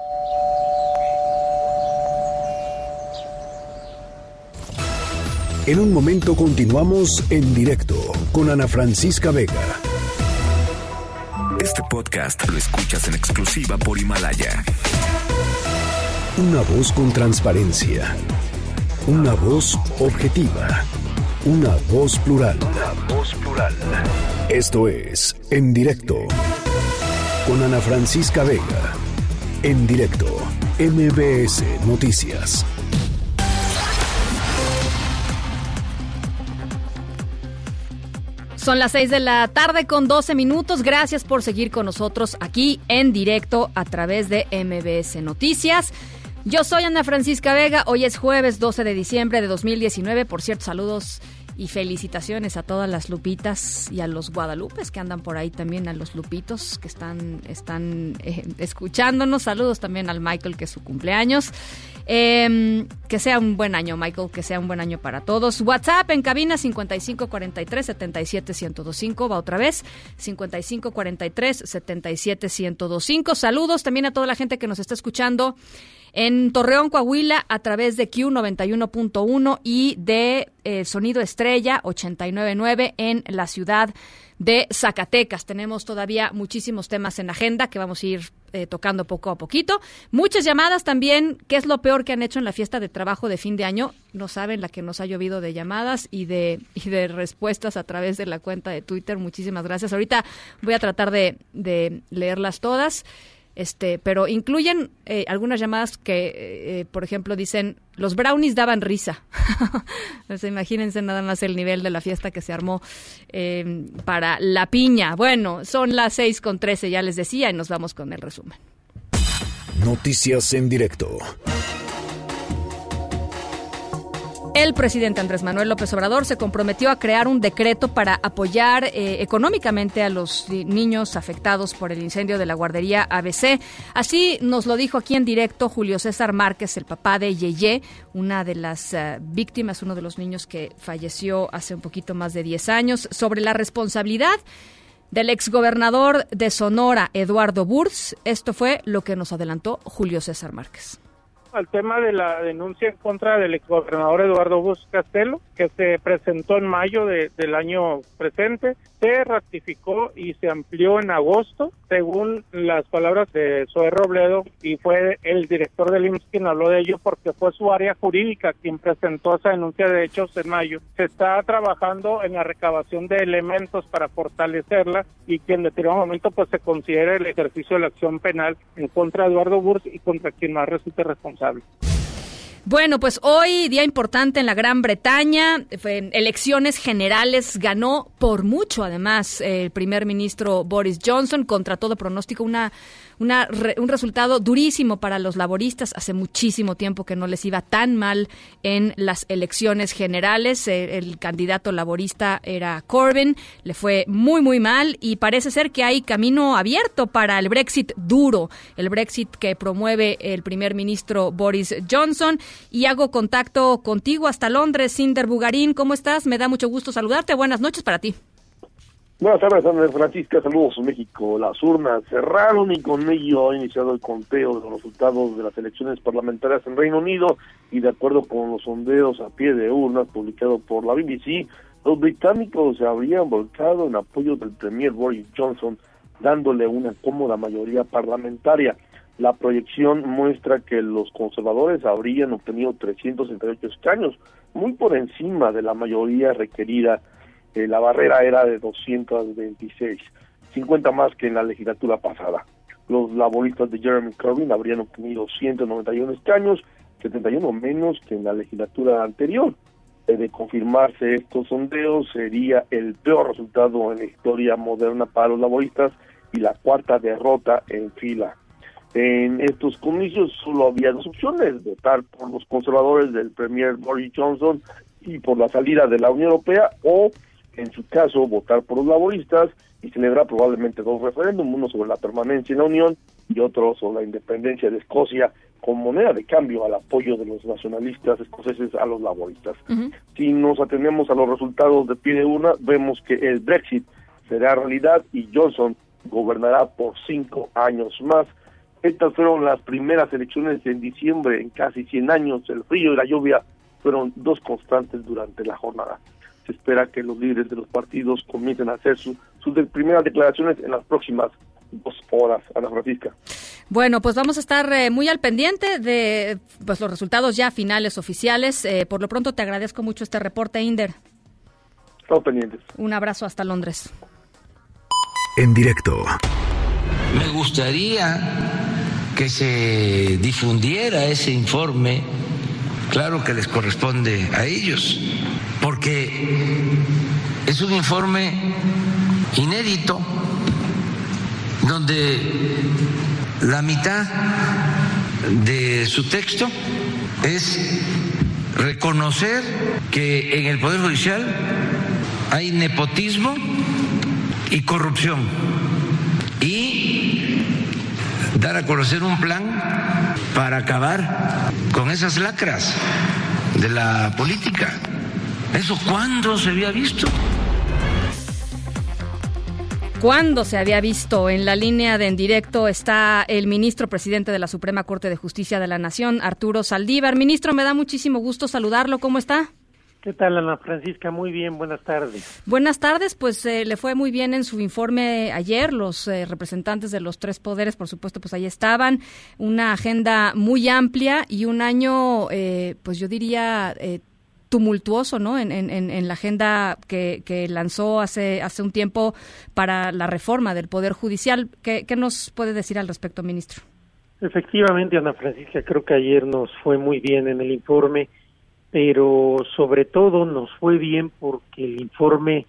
En un momento continuamos en directo con Ana Francisca Vega. Este podcast lo escuchas en exclusiva por Himalaya. Una voz con transparencia. Una voz objetiva. Una voz plural. Una voz plural. Esto es En Directo con Ana Francisca Vega. En directo, M B S Noticias. Son las seis de la tarde con doce minutos. Gracias por seguir con nosotros aquí en directo a través de M B S Noticias. Yo soy Ana Francisca Vega. Hoy es jueves doce de diciembre de dos mil diecinueve. Por cierto, saludos y felicitaciones a todas las Lupitas y a los Guadalupes que andan por ahí también, a los Lupitos que están, están eh, escuchándonos. Saludos también al Michael, que es su cumpleaños. Eh, que sea un buen año, Michael, que sea un buen año para todos. WhatsApp en cabina cincuenta y cinco cuarenta y tres setenta y siete ciento veinticinco. Va otra vez, cincuenta y cinco cuarenta y tres setenta y siete ciento veinticinco. Saludos también a toda la gente que nos está escuchando en Torreón, Coahuila, a través de Q noventa y uno punto uno y de eh, Sonido Estrella ochenta y nueve punto nueve en la Ciudad de Zacatecas. Tenemos todavía muchísimos temas en agenda que vamos a ir eh, tocando poco a poquito. Muchas llamadas también. ¿Qué es lo peor que han hecho en la fiesta de trabajo de fin de año? No saben la que nos ha llovido de llamadas y de y de respuestas a través de la cuenta de Twitter. Muchísimas gracias. Ahorita voy a tratar de, de leerlas todas. Este, pero incluyen eh, algunas llamadas que, eh, por ejemplo, dicen, los brownies daban risa. Pues imagínense nada más el nivel de la fiesta que se armó eh, para la piña. Bueno, son las seis con trece, ya les decía, y nos vamos con el resumen. Noticias en directo. El presidente Andrés Manuel López Obrador se comprometió a crear un decreto para apoyar eh, económicamente a los niños afectados por el incendio de la guardería A B C. Así nos lo dijo aquí en directo Julio César Márquez, el papá de Yeye, una de las uh, víctimas, uno de los niños que falleció hace un poquito más de diez años, sobre la responsabilidad del exgobernador de Sonora, Eduardo Burrs. Esto fue lo que nos adelantó Julio César Márquez. Al tema de la denuncia en contra del exgobernador Eduardo Burrs Castelo, que se presentó en mayo de, del año presente, se ratificó y se amplió en agosto, según las palabras de Zoé Robledo, y fue el director del I M S S quien habló de ello porque fue su área jurídica quien presentó esa denuncia de hechos en mayo. Se está trabajando en la recabación de elementos para fortalecerla y que en determinado momento pues se considere el ejercicio de la acción penal en contra de Eduardo Burrs y contra quien más resulte responsable. Bueno, pues hoy, día importante en la Gran Bretaña, fue elecciones generales, ganó por mucho, además, el primer ministro Boris Johnson, contra todo pronóstico, una, una re, un resultado durísimo para los laboristas. Hace muchísimo tiempo que no les iba tan mal en las elecciones generales. El, el candidato laborista era Corbyn, le fue muy, muy mal y parece ser que hay camino abierto para el Brexit duro, el Brexit que promueve el primer ministro Boris Johnson. Y hago contacto contigo hasta Londres, Inder Bugarín. ¿Cómo estás? Me da mucho gusto saludarte. Buenas noches para ti. Buenas tardes, Ana Francisca. Saludos a México. Las urnas cerraron y con ello ha iniciado el conteo de los resultados de las elecciones parlamentarias en Reino Unido. Y de acuerdo con los sondeos a pie de urnas publicados por la B B C, los británicos se habrían volcado en apoyo del premier Boris Johnson, dándole una cómoda mayoría parlamentaria. La proyección muestra que los conservadores habrían obtenido trescientos sesenta y ocho escaños, muy por encima de la mayoría requerida. Eh, la barrera era de doscientos veintiséis, cincuenta más que en la legislatura pasada. Los laboristas de Jeremy Corbyn habrían obtenido ciento noventa y uno escaños, setenta y uno menos que en la legislatura anterior. Eh, de confirmarse estos sondeos, sería el peor resultado en la historia moderna para los laboristas y la cuarta derrota en fila. En estos comicios solo había dos opciones: votar por los conservadores del premier Boris Johnson y por la salida de la Unión Europea, o, en su caso, votar por los laboristas y celebrar probablemente dos referéndums, uno sobre la permanencia en la Unión y otro sobre la independencia de Escocia, con moneda de cambio al apoyo de los nacionalistas escoceses a los laboristas. Uh-huh. Si nos atenemos a los resultados de pie de urna, vemos que el Brexit será realidad y Johnson gobernará por cinco años más. Estas fueron las primeras elecciones en diciembre en casi cien años. El frío y la lluvia fueron dos constantes durante la jornada. Se espera que los líderes de los partidos comiencen a hacer su, sus de primeras declaraciones en las próximas dos horas. Ana Francisca. Bueno, pues vamos a estar eh, muy al pendiente de pues los resultados ya finales oficiales. Eh, por lo pronto te agradezco mucho este reporte, Inder. Estamos pendientes. Un abrazo hasta Londres. En directo. Me gustaría que se difundiera ese informe, claro que les corresponde a ellos, porque es un informe inédito, donde la mitad de su texto es reconocer que en el Poder Judicial hay nepotismo y corrupción, y dar a conocer un plan para acabar con esas lacras de la política. ¿Eso cuándo se había visto? ¿Cuándo se había visto? En la línea de En Directo está el ministro presidente de la Suprema Corte de Justicia de la Nación, Arturo Saldívar. Ministro, me da muchísimo gusto saludarlo. ¿Cómo está? ¿Qué tal, Ana Francisca? Muy bien, buenas tardes. Buenas tardes, pues eh, le fue muy bien en su informe ayer, los eh, representantes de los tres poderes, por supuesto, pues ahí estaban, una agenda muy amplia y un año, eh, pues yo diría, eh, tumultuoso, ¿no? En, en, en la agenda que, que lanzó hace, hace un tiempo para la reforma del Poder Judicial. ¿Qué, qué nos puede decir al respecto, ministro? Efectivamente, Ana Francisca, creo que ayer nos fue muy bien en el informe, pero sobre todo nos fue bien porque el informe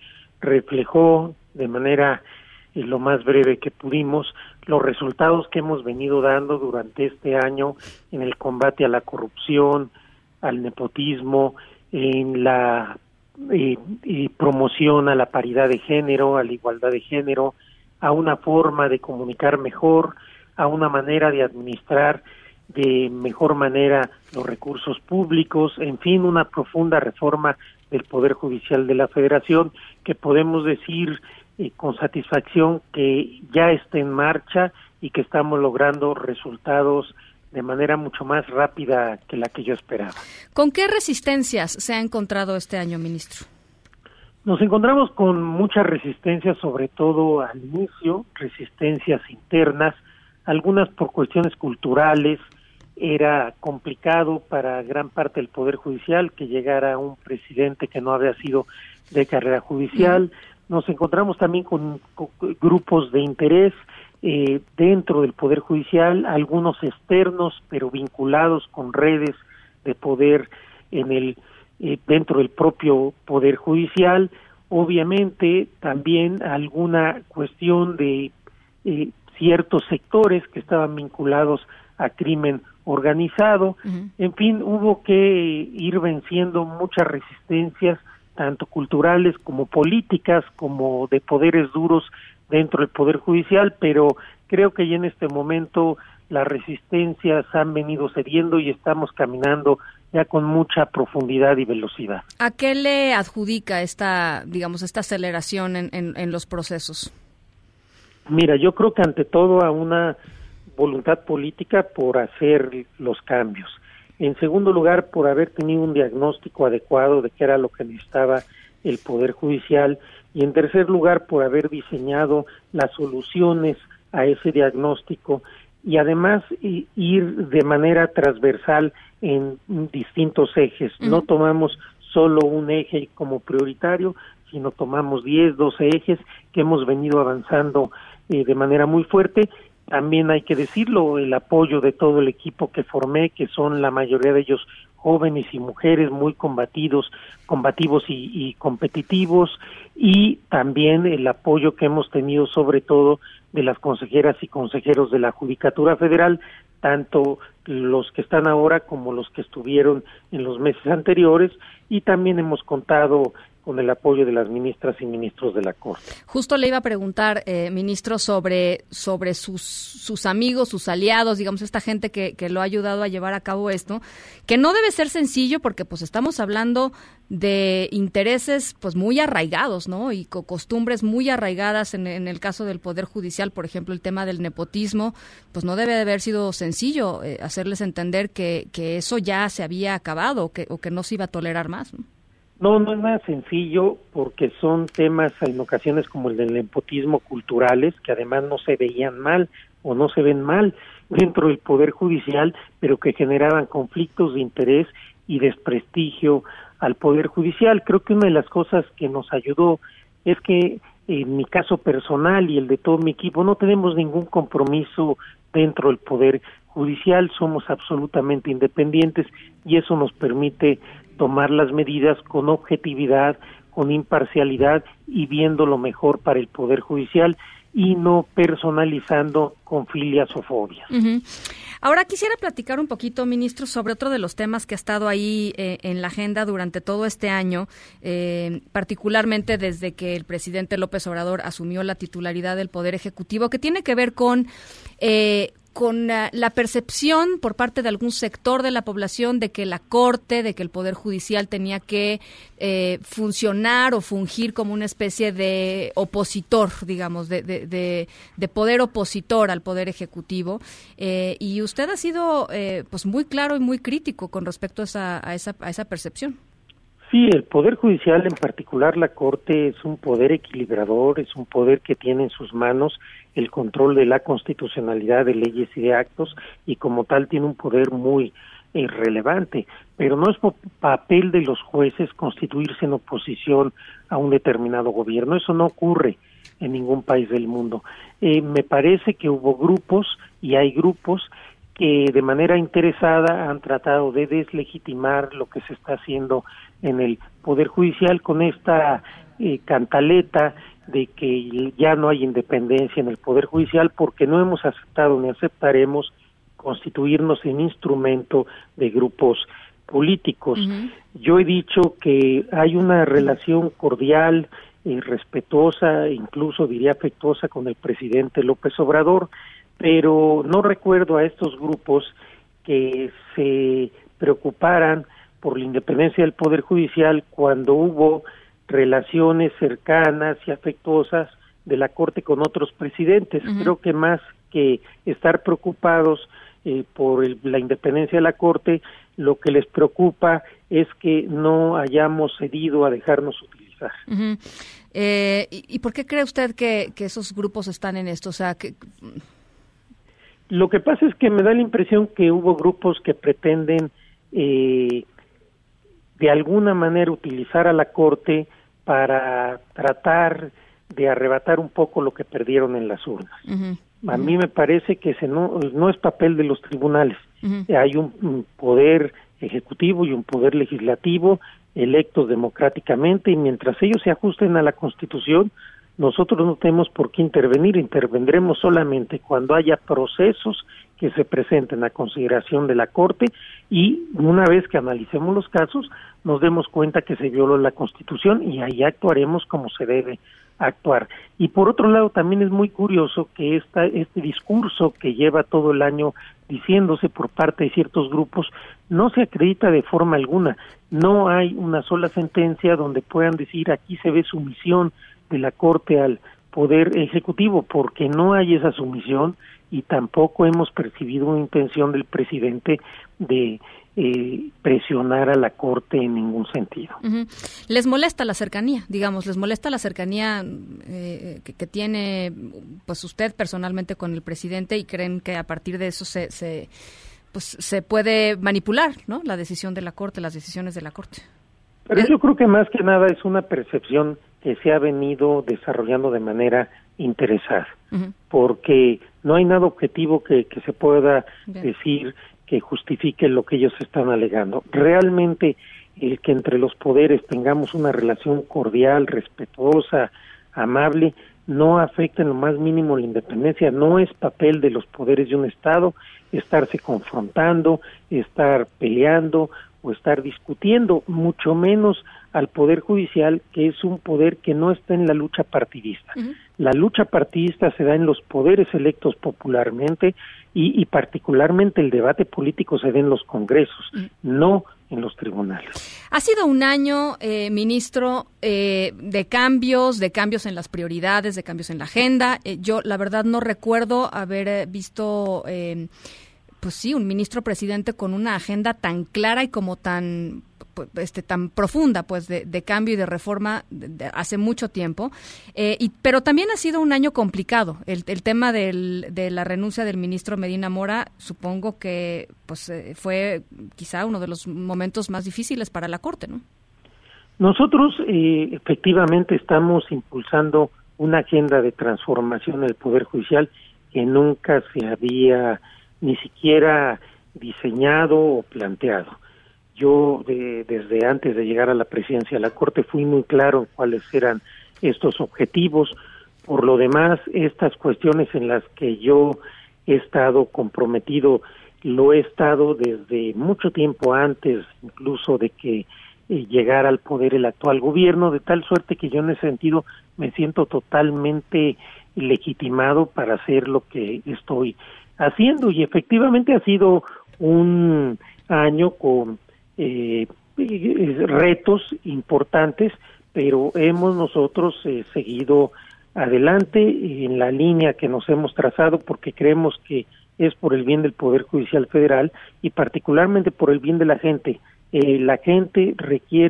reflejó de manera eh, lo más breve que pudimos los resultados que hemos venido dando durante este año en el combate a la corrupción, al nepotismo, en la eh, eh, promoción a la paridad de género, a la igualdad de género, a una forma de comunicar mejor, a una manera de administrar de mejor manera los recursos públicos, en fin, una profunda reforma del Poder Judicial de la Federación que podemos decir eh, con satisfacción que ya está en marcha y que estamos logrando resultados de manera mucho más rápida que la que yo esperaba. ¿Con qué resistencias se ha encontrado este año, ministro? Nos encontramos con muchas resistencias, sobre todo al inicio, resistencias internas, algunas por cuestiones culturales. Era complicado para gran parte del Poder Judicial que llegara un presidente que no había sido de carrera judicial. Nos encontramos también con, con grupos de interés eh, dentro del Poder Judicial, algunos externos, pero vinculados con redes de poder en el eh, dentro del propio Poder Judicial. Obviamente también alguna cuestión de eh, ciertos sectores que estaban vinculados a crimen organizado. Uh-huh. En fin, hubo que ir venciendo muchas resistencias, tanto culturales como políticas, como de poderes duros dentro del Poder Judicial, pero creo que ya en este momento las resistencias han venido cediendo y estamos caminando ya con mucha profundidad y velocidad. ¿A qué le adjudica esta, digamos, esta aceleración en, en, en los procesos? Mira, yo creo que ante todo a una voluntad política por hacer los cambios. En segundo lugar, por haber tenido un diagnóstico adecuado de qué era lo que necesitaba el Poder Judicial. Y en tercer lugar, por haber diseñado las soluciones a ese diagnóstico y además ir de manera transversal en distintos ejes. Uh-huh. No tomamos solo un eje como prioritario, sino tomamos diez, doce ejes que hemos venido avanzando eh, de manera muy fuerte. También hay que decirlo, el apoyo de todo el equipo que formé, que son la mayoría de ellos jóvenes y mujeres muy combatidos, combativos y, y competitivos, y también el apoyo que hemos tenido sobre todo de las consejeras y consejeros de la Judicatura Federal, tanto los que están ahora como los que estuvieron en los meses anteriores, y también hemos contado con el apoyo de las ministras y ministros de la Corte. Justo le iba a preguntar, eh, ministro, sobre sobre sus sus amigos, sus aliados, digamos, esta gente que, que lo ha ayudado a llevar a cabo esto, que no debe ser sencillo porque pues estamos hablando de intereses pues muy arraigados, ¿no? Y co- costumbres muy arraigadas en, en el caso del Poder Judicial, por ejemplo, el tema del nepotismo, pues no debe de haber sido sencillo eh, hacerles entender que, que eso ya se había acabado o que, o que no se iba a tolerar más, ¿no? No, no es nada sencillo porque son temas en ocasiones como el del nepotismo culturales que además no se veían mal o no se ven mal dentro del Poder Judicial, pero que generaban conflictos de interés y desprestigio al Poder Judicial. Creo que una de las cosas que nos ayudó es que en mi caso personal y el de todo mi equipo no tenemos ningún compromiso dentro del Poder Judicial, somos absolutamente independientes y eso nos permite tomar las medidas con objetividad, con imparcialidad y viendo lo mejor para el Poder Judicial y no personalizando con filias o fobias. Uh-huh. Ahora quisiera platicar un poquito, ministro, sobre otro de los temas que ha estado ahí eh, en la agenda durante todo este año, eh, particularmente desde que el presidente López Obrador asumió la titularidad del Poder Ejecutivo, que tiene que ver con eh, con la, la percepción por parte de algún sector de la población de que la Corte, de que el Poder Judicial tenía que eh, funcionar o fungir como una especie de opositor, digamos, de, de, de, de poder opositor al Poder Ejecutivo. Eh, y usted ha sido eh, pues muy claro y muy crítico con respecto a esa, a esa, a esa percepción. Sí, el Poder Judicial, en particular la Corte, es un poder equilibrador, es un poder que tiene en sus manos el control de la constitucionalidad de leyes y de actos, y como tal tiene un poder muy eh, relevante, pero no es papel de los jueces constituirse en oposición a un determinado gobierno. Eso no ocurre en ningún país del mundo. Eh, me parece que hubo grupos, y hay grupos, que de manera interesada han tratado de deslegitimar lo que se está haciendo en el Poder Judicial con esta eh, cantaleta de que ya no hay independencia en el Poder Judicial, porque no hemos aceptado ni aceptaremos constituirnos en instrumento de grupos políticos. Uh-huh. Yo he dicho que hay una relación cordial, eh, respetuosa, incluso diría afectuosa con el presidente López Obrador, pero no recuerdo a estos grupos que se preocuparan por la independencia del Poder Judicial cuando hubo relaciones cercanas y afectuosas de la Corte con otros presidentes. Uh-huh. Creo que más que estar preocupados eh, por el, la independencia de la Corte, lo que les preocupa es que no hayamos cedido a dejarnos utilizar. Uh-huh. Eh, ¿y, ¿Y por qué cree usted que, que esos grupos están en esto? O sea, que... Lo que pasa es que me da la impresión que hubo grupos que pretenden eh, de alguna manera utilizar a la Corte para tratar de arrebatar un poco lo que perdieron en las urnas. Uh-huh. A uh-huh. mí me parece que ese no, no es papel de los tribunales. Uh-huh. Hay un, un poder ejecutivo y un poder legislativo electos democráticamente, y mientras ellos se ajusten a la Constitución, nosotros no tenemos por qué intervenir. Intervendremos solamente cuando haya procesos que se presenten a consideración de la Corte, y una vez que analicemos los casos nos demos cuenta que se violó la Constitución, y ahí actuaremos como se debe actuar. Y por otro lado, también es muy curioso que esta, este discurso que lleva todo el año diciéndose por parte de ciertos grupos no se acredita de forma alguna. No hay una sola sentencia donde puedan decir aquí se ve sumisión de la Corte al Poder Ejecutivo, porque no hay esa sumisión, y tampoco hemos percibido una intención del presidente de eh, presionar a la Corte en ningún sentido. Uh-huh. ¿Les molesta la cercanía, digamos, les molesta la cercanía eh, que, que tiene pues usted personalmente con el presidente, y creen que a partir de eso se, se pues se puede manipular, ¿no?, la decisión de la Corte, las decisiones de la Corte? Pero yo creo que más que nada es una percepción que se ha venido desarrollando de manera interesada, uh-huh. porque no hay nada objetivo que, que se pueda Bien. decir que justifique lo que ellos están alegando. Realmente el que entre los poderes tengamos una relación cordial, respetuosa, amable, no afecta en lo más mínimo la independencia. No es papel de los poderes de un Estado estarse confrontando, estar peleando o estar discutiendo, mucho menos al Poder Judicial, que es un poder que no está en la lucha partidista. Uh-huh. La lucha partidista se da en los poderes electos popularmente, y, y particularmente el debate político se da en los congresos, uh-huh. no en los tribunales. Ha sido un año, eh, ministro, eh, de cambios, de cambios en las prioridades, de cambios en la agenda. Eh, yo, la verdad, no recuerdo haber visto... Eh, pues sí, un ministro presidente con una agenda tan clara y como tan pues, este tan profunda, pues de, de cambio y de reforma de, de hace mucho tiempo. Eh, y pero también ha sido un año complicado. El, el tema del, de la renuncia del ministro Medina Mora, supongo que pues eh, fue quizá uno de los momentos más difíciles para la Corte, ¿no? Nosotros eh, efectivamente estamos impulsando una agenda de transformación del Poder Judicial que nunca se había ni siquiera diseñado o planteado. Yo de, desde antes de llegar a la presidencia de la Corte fui muy claro en cuáles eran estos objetivos. Por lo demás, estas cuestiones en las que yo he estado comprometido, lo he estado desde mucho tiempo antes, incluso de que eh, llegara al poder el actual gobierno, de tal suerte que yo en ese sentido me siento totalmente legitimado para hacer lo que estoy haciendo, y efectivamente ha sido un año con eh, retos importantes, pero hemos nosotros eh, seguido adelante en la línea que nos hemos trazado, porque creemos que es por el bien del Poder Judicial Federal y particularmente por el bien de la gente. Eh, la gente requiere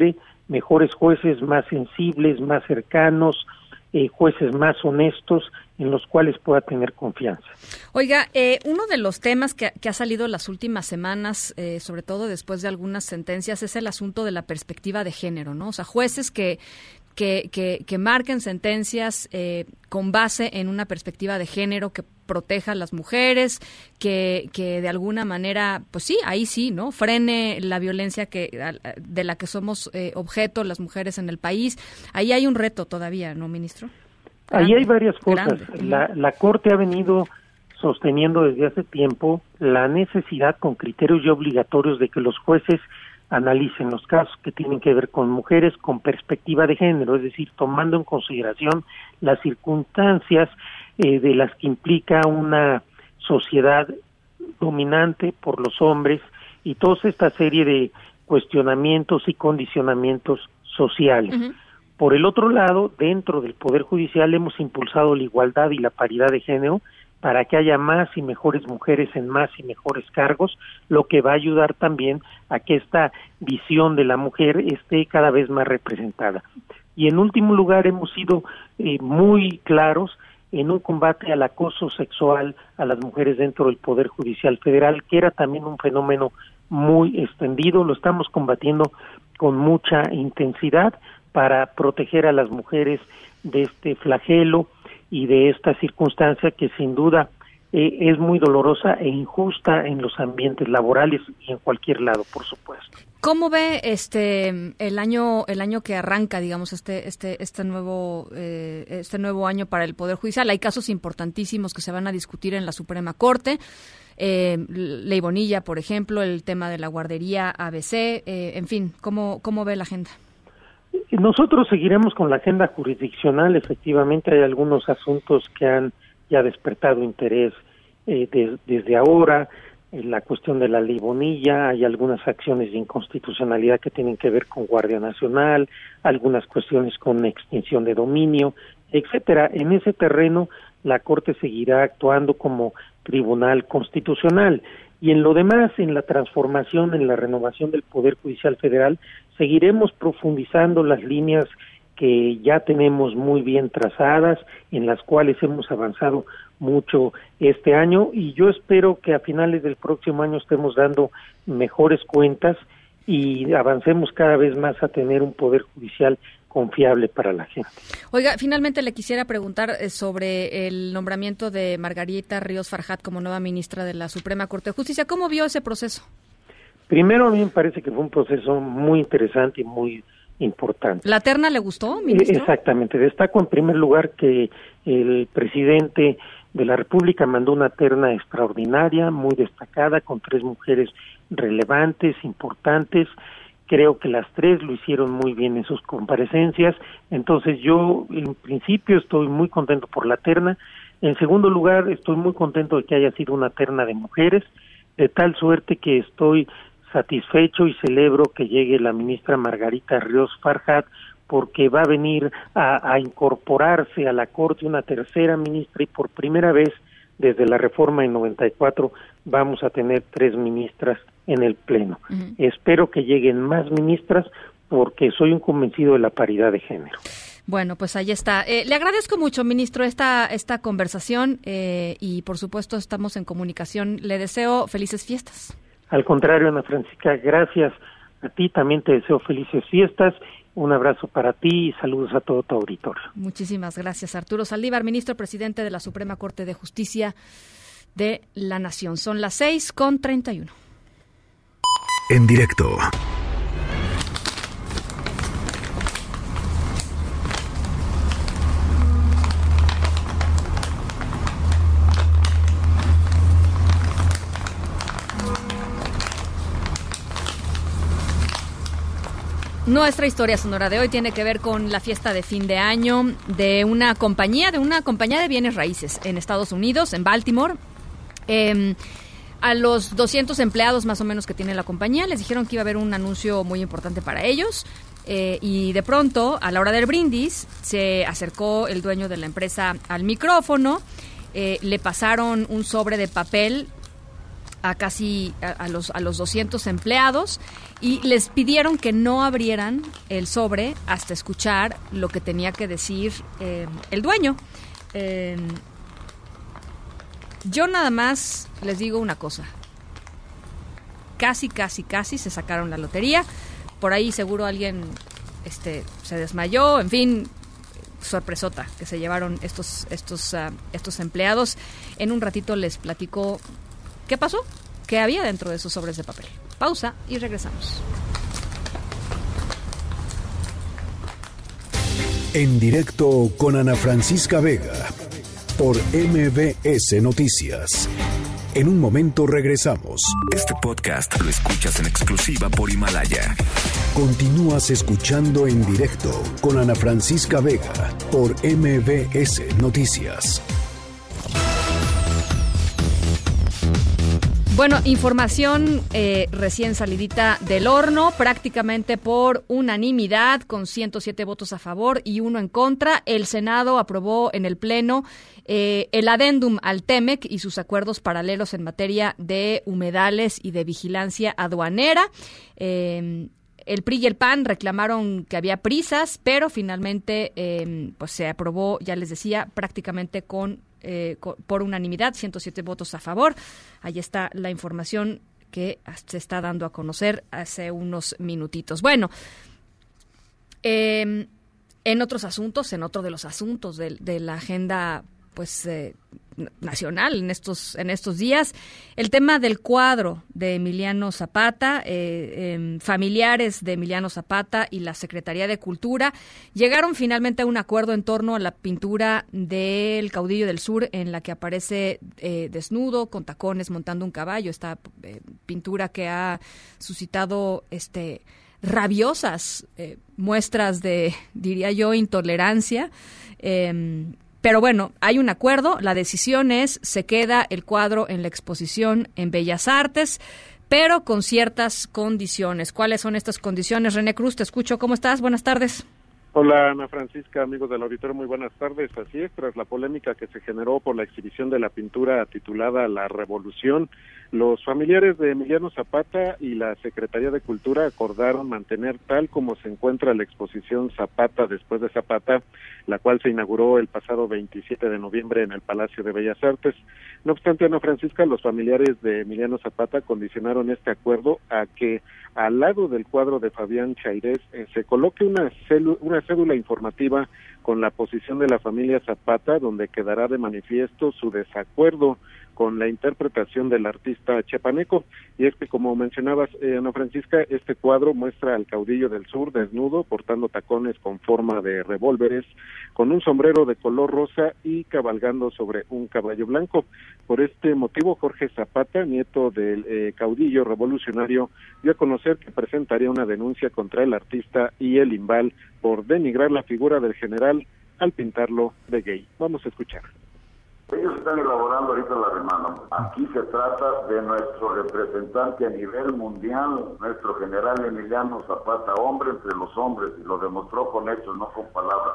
mejores jueces, más sensibles, más cercanos, eh, jueces más honestos, en los cuales pueda tener confianza. Oiga, eh, uno de los temas que, que ha salido las últimas semanas, eh, sobre todo después de algunas sentencias, es el asunto de la perspectiva de género, ¿no? O sea, jueces que que, que, que marquen sentencias eh, con base en una perspectiva de género que proteja a las mujeres, que, que de alguna manera, pues sí, ahí sí, ¿no? Frene la violencia que de la que somos eh, objeto las mujeres en el país. Ahí hay un reto todavía, ¿no, ministro? Ahí hay varias cosas. Grande. La, la Corte ha venido sosteniendo desde hace tiempo la necesidad con criterios ya obligatorios de que los jueces analicen los casos que tienen que ver con mujeres con perspectiva de género, es decir, tomando en consideración las circunstancias eh, de las que implica una sociedad dominante por los hombres y toda esta serie de cuestionamientos y condicionamientos sociales. Uh-huh. Por el otro lado, dentro del Poder Judicial hemos impulsado la igualdad y la paridad de género para que haya más y mejores mujeres en más y mejores cargos, lo que va a ayudar también a que esta visión de la mujer esté cada vez más representada. Y en último lugar, hemos sido eh, muy claros en un combate al acoso sexual a las mujeres dentro del Poder Judicial Federal, que era también un fenómeno muy extendido. Lo estamos combatiendo con mucha intensidad para proteger a las mujeres de este flagelo y de esta circunstancia que sin duda eh, es muy dolorosa e injusta en los ambientes laborales y en cualquier lado, por supuesto. ¿Cómo ve este el año el año que arranca, digamos, este este este nuevo eh, este nuevo año para el Poder Judicial? Hay casos importantísimos que se van a discutir en la Suprema Corte. Eh, Ley Bonilla, por ejemplo, el tema de la guardería A B C, eh, en fin, ¿cómo cómo ve la agenda? Nosotros seguiremos con la agenda jurisdiccional. Efectivamente, hay algunos asuntos que han ya despertado interés eh, de, desde ahora. Eh, la cuestión de la Ley Bonilla, hay algunas acciones de inconstitucionalidad que tienen que ver con Guardia Nacional, algunas cuestiones con extinción de dominio, etcétera. En ese terreno, la Corte seguirá actuando como tribunal constitucional. Y en lo demás, en la transformación, en la renovación del Poder Judicial Federal, seguiremos profundizando las líneas que ya tenemos muy bien trazadas, en las cuales hemos avanzado mucho este año, y yo espero que a finales del próximo año estemos dando mejores cuentas y avancemos cada vez más a tener un Poder Judicial confiable para la gente. Oiga, finalmente le quisiera preguntar sobre el nombramiento de Margarita Ríos Farjat como nueva ministra de la Suprema Corte de Justicia. ¿Cómo vio ese proceso? Primero, a mí me parece que fue un proceso muy interesante y muy importante. ¿La terna le gustó, ministro? Exactamente. Destaco en primer lugar que el presidente de la República mandó una terna extraordinaria, muy destacada, con tres mujeres relevantes, importantes. Creo que las tres lo hicieron muy bien en sus comparecencias. Entonces yo, en principio, estoy muy contento por la terna. En segundo lugar, estoy muy contento de que haya sido una terna de mujeres, de tal suerte que estoy satisfecho y celebro que llegue la ministra Margarita Ríos Farjat, porque va a venir a, a incorporarse a la Corte una tercera ministra, y por primera vez desde la reforma en noventa y cuatro vamos a tener tres ministras en el Pleno. Uh-huh. Espero que lleguen más ministras, porque soy un convencido de la paridad de género. Bueno, pues ahí está. Eh, le agradezco mucho, ministro, esta esta conversación eh, y, por supuesto, estamos en comunicación. Le deseo felices fiestas. Al contrario, Ana Francisca, gracias a ti. También te deseo felices fiestas. Un abrazo para ti y saludos a todo tu auditorio. Muchísimas gracias, Arturo Saldívar, ministro presidente de la Suprema Corte de Justicia de la Nación. Son las seis con treinta y uno. En directo. Nuestra historia sonora de hoy tiene que ver con la fiesta de fin de año de una compañía, de una compañía de bienes raíces en Estados Unidos, en Baltimore. Eh, a los doscientos empleados más o menos que tiene la compañía les dijeron que iba a haber un anuncio muy importante para ellos. Eh, y de pronto, a la hora del brindis, se acercó el dueño de la empresa al micrófono, eh, le pasaron un sobre de papel a casi a, a los a los doscientos empleados y les pidieron que no abrieran el sobre hasta escuchar lo que tenía que decir eh, el dueño. Eh, yo nada más les digo una cosa. Casi, casi, casi se sacaron la lotería. Por ahí seguro alguien este, se desmayó. En fin, sorpresota que se llevaron estos, estos, uh, estos empleados. En un ratito les platico qué pasó, qué había dentro de esos sobres de papel. Pausa y regresamos. En directo con Ana Francisca Vega por M B S Noticias. En un momento regresamos. Este podcast lo escuchas en exclusiva por Himalaya. Continúas escuchando En Directo con Ana Francisca Vega por M B S Noticias. Bueno, información eh, recién salidita del horno, prácticamente por unanimidad, con ciento siete votos a favor y uno en contra. El Senado aprobó en el Pleno eh, el adendum al TEMEC y sus acuerdos paralelos en materia de humedales y de vigilancia aduanera. Eh, El P R I y el P A N reclamaron que había prisas, pero finalmente eh, pues se aprobó, ya les decía, prácticamente con, eh, con por unanimidad, ciento siete votos a favor. Ahí está la información que se está dando a conocer hace unos minutitos. Bueno, eh, en otros asuntos, en otro de los asuntos de, de la agenda pues eh, nacional en estos en estos días, el tema del cuadro de Emiliano Zapata, eh, eh, familiares de Emiliano Zapata y la Secretaría de Cultura llegaron finalmente a un acuerdo en torno a la pintura del Caudillo del Sur, en la que aparece eh, desnudo, con tacones, montando un caballo. Esta eh, pintura que ha suscitado este rabiosas eh, muestras de, diría yo, intolerancia. Eh, Pero bueno, hay un acuerdo, la decisión es, se queda el cuadro en la exposición en Bellas Artes, pero con ciertas condiciones. ¿Cuáles son estas condiciones? René Cruz, te escucho. ¿Cómo estás? Buenas tardes. Hola, Ana Francisca, amigos del auditorio, muy buenas tardes. Así es, tras la polémica que se generó por la exhibición de la pintura titulada La Revolución, los familiares de Emiliano Zapata y la Secretaría de Cultura acordaron mantener tal como se encuentra la exposición Zapata después de Zapata, la cual se inauguró el pasado veintisiete de noviembre en el Palacio de Bellas Artes. No obstante, Ana Francisca, los familiares de Emiliano Zapata condicionaron este acuerdo a que al lado del cuadro de Fabián Chairés eh, se coloque una, celu- una cédula informativa con la posición de la familia Zapata, donde quedará de manifiesto su desacuerdo con la interpretación del artista chiapaneco. Y es que, como mencionabas, eh, Ana Francisca, este cuadro muestra al caudillo del sur desnudo, portando tacones con forma de revólveres, con un sombrero de color rosa y cabalgando sobre un caballo blanco. Por este motivo, Jorge Zapata, nieto del eh, caudillo revolucionario, dio a conocer que presentaría una denuncia contra el artista y el Imbal por denigrar la figura del general al pintarlo de gay. Vamos a escuchar. Ellos están elaborando ahorita la demanda. Aquí se trata de nuestro representante a nivel mundial, nuestro general Emiliano Zapata, hombre entre los hombres, y lo demostró con hechos, no con palabras.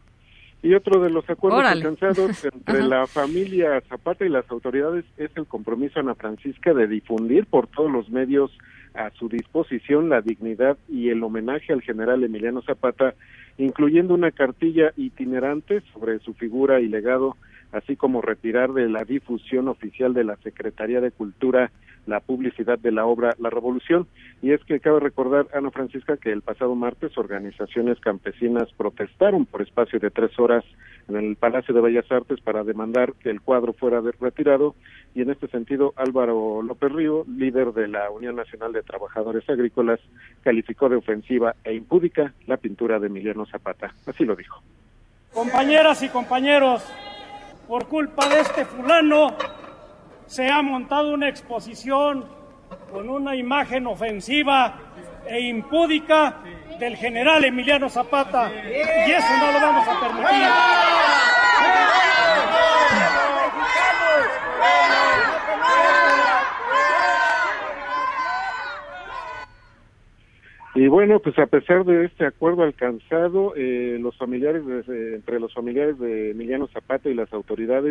Y otro de los acuerdos Órale. alcanzados entre la familia Zapata y las autoridades es el compromiso, Ana Francisca, de difundir por todos los medios a su disposición la dignidad y el homenaje al general Emiliano Zapata, incluyendo una cartilla itinerante sobre su figura y legado, así como retirar de la difusión oficial de la Secretaría de Cultura la publicidad de la obra La Revolución. Y es que cabe recordar, Ana Francisca, que el pasado martes organizaciones campesinas protestaron por espacio de tres horas en el Palacio de Bellas Artes para demandar que el cuadro fuera de- retirado, y en este sentido Álvaro López Río, líder de la Unión Nacional de Trabajadores Agrícolas, calificó de ofensiva e impúdica la pintura de Emiliano Zapata. Así lo dijo. Compañeras y compañeros, por culpa de este fulano se ha montado una exposición con una imagen ofensiva e impúdica del general Emiliano Zapata, y eso no lo vamos a permitir. Y bueno, pues a pesar de este acuerdo alcanzado, eh, los familiares de, eh, entre los familiares de Emiliano Zapata y las autoridades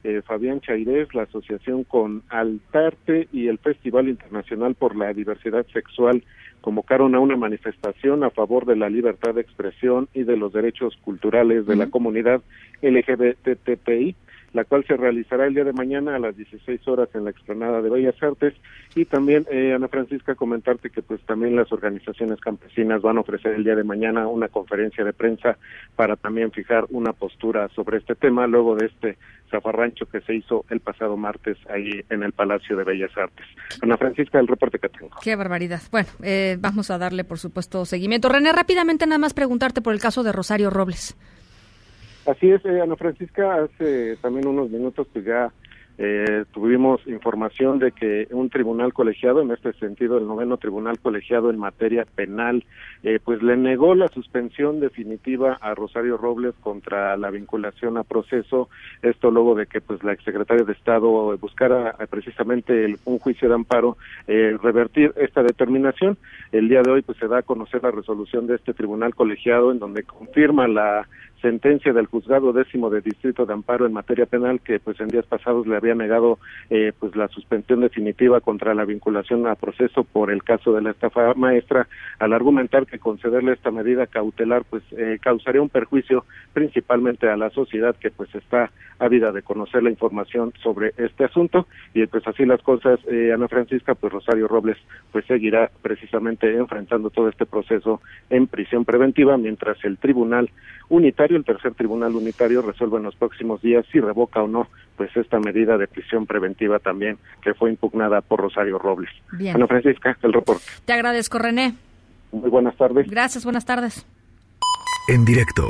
eh, Fabián Chairés, la asociación con Altarte y el Festival Internacional por la Diversidad Sexual convocaron a una manifestación a favor de la libertad de expresión y de los derechos culturales de uh-huh. la comunidad L G B T T I, la cual se realizará el día de mañana a las dieciséis horas en la explanada de Bellas Artes. Y también, eh, Ana Francisca, comentarte que pues también las organizaciones campesinas van a ofrecer el día de mañana una conferencia de prensa para también fijar una postura sobre este tema, luego de este zafarrancho que se hizo el pasado martes ahí en el Palacio de Bellas Artes. Ana Francisca, el reporte que tengo. Qué barbaridad. Bueno, eh, vamos a darle, por supuesto, seguimiento. René, rápidamente nada más preguntarte por el caso de Rosario Robles. Así es, eh, Ana Francisca, hace también unos minutos pues ya eh, tuvimos información de que un tribunal colegiado, en este sentido el noveno tribunal colegiado en materia penal, eh, pues le negó la suspensión definitiva a Rosario Robles contra la vinculación a proceso, esto luego de que pues la exsecretaria de Estado buscara eh, precisamente el, un juicio de amparo, eh, revertir esta determinación. El día de hoy pues se da a conocer la resolución de este tribunal colegiado en donde confirma la sentencia del juzgado décimo de distrito de amparo en materia penal que pues en días pasados le había negado eh, pues la suspensión definitiva contra la vinculación a proceso por el caso de la estafa maestra, al argumentar que concederle esta medida cautelar pues eh, causaría un perjuicio principalmente a la sociedad que pues está ávida de conocer la información sobre este asunto. Y pues así las cosas, eh, Ana Francisca, pues Rosario Robles pues seguirá precisamente enfrentando todo este proceso en prisión preventiva, mientras el tribunal unitario, el tercer tribunal unitario, resuelve en los próximos días si revoca o no pues esta medida de prisión preventiva también que fue impugnada por Rosario Robles. Bien. Ana Francisca, el reporte. Te agradezco, René. Muy buenas tardes. Gracias, buenas tardes. En directo.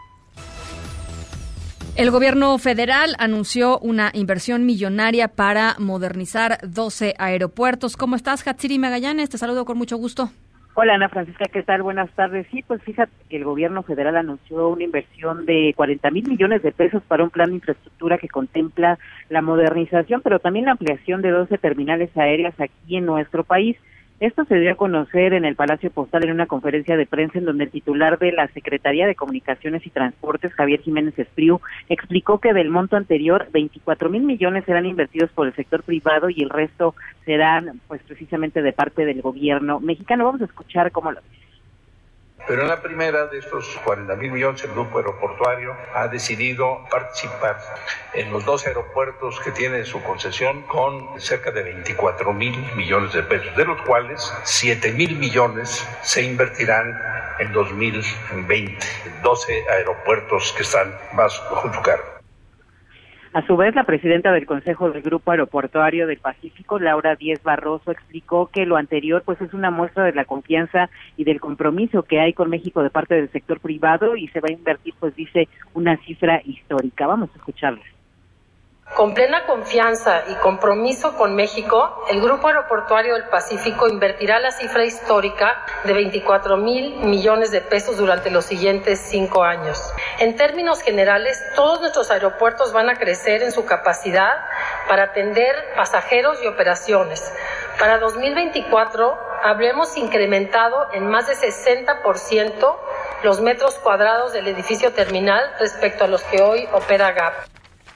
El gobierno federal anunció una inversión millonaria para modernizar doce aeropuertos. ¿Cómo estás, Hatsiri Magallanes? Te saludo con mucho gusto. Hola, Ana Francisca, ¿qué tal? Buenas tardes. Sí, pues fíjate que el gobierno federal anunció una inversión de cuarenta mil millones de pesos para un plan de infraestructura que contempla la modernización, pero también la ampliación de doce terminales aéreas aquí en nuestro país. Esto se dio a conocer en el Palacio Postal en una conferencia de prensa en donde el titular de la Secretaría de Comunicaciones y Transportes, Javier Jiménez Espriu, explicó que del monto anterior, veinticuatro mil millones serán invertidos por el sector privado y el resto serán pues precisamente de parte del gobierno mexicano. Vamos a escuchar cómo lo dice. Pero en la primera de estos cuarenta mil millones, el grupo aeroportuario ha decidido participar en los dos aeropuertos que tiene su concesión con cerca de veinticuatro mil millones de pesos, de los cuales siete mil millones se invertirán en dos mil veinte, doce aeropuertos que están bajo su cargo. A su vez, la presidenta del Consejo del Grupo Aeroportuario del Pacífico, Laura Díez Barroso, explicó que lo anterior pues es una muestra de la confianza y del compromiso que hay con México de parte del sector privado y se va a invertir, pues dice, una cifra histórica. Vamos a escucharla. Con plena confianza y compromiso con México, el Grupo Aeroportuario del Pacífico invertirá la cifra histórica de veinticuatro mil millones de pesos durante los siguientes cinco años. En términos generales, todos nuestros aeropuertos van a crecer en su capacidad para atender pasajeros y operaciones. Para dos mil veinticuatro habremos incrementado en más de sesenta por ciento los metros cuadrados del edificio terminal respecto a los que hoy opera G A P.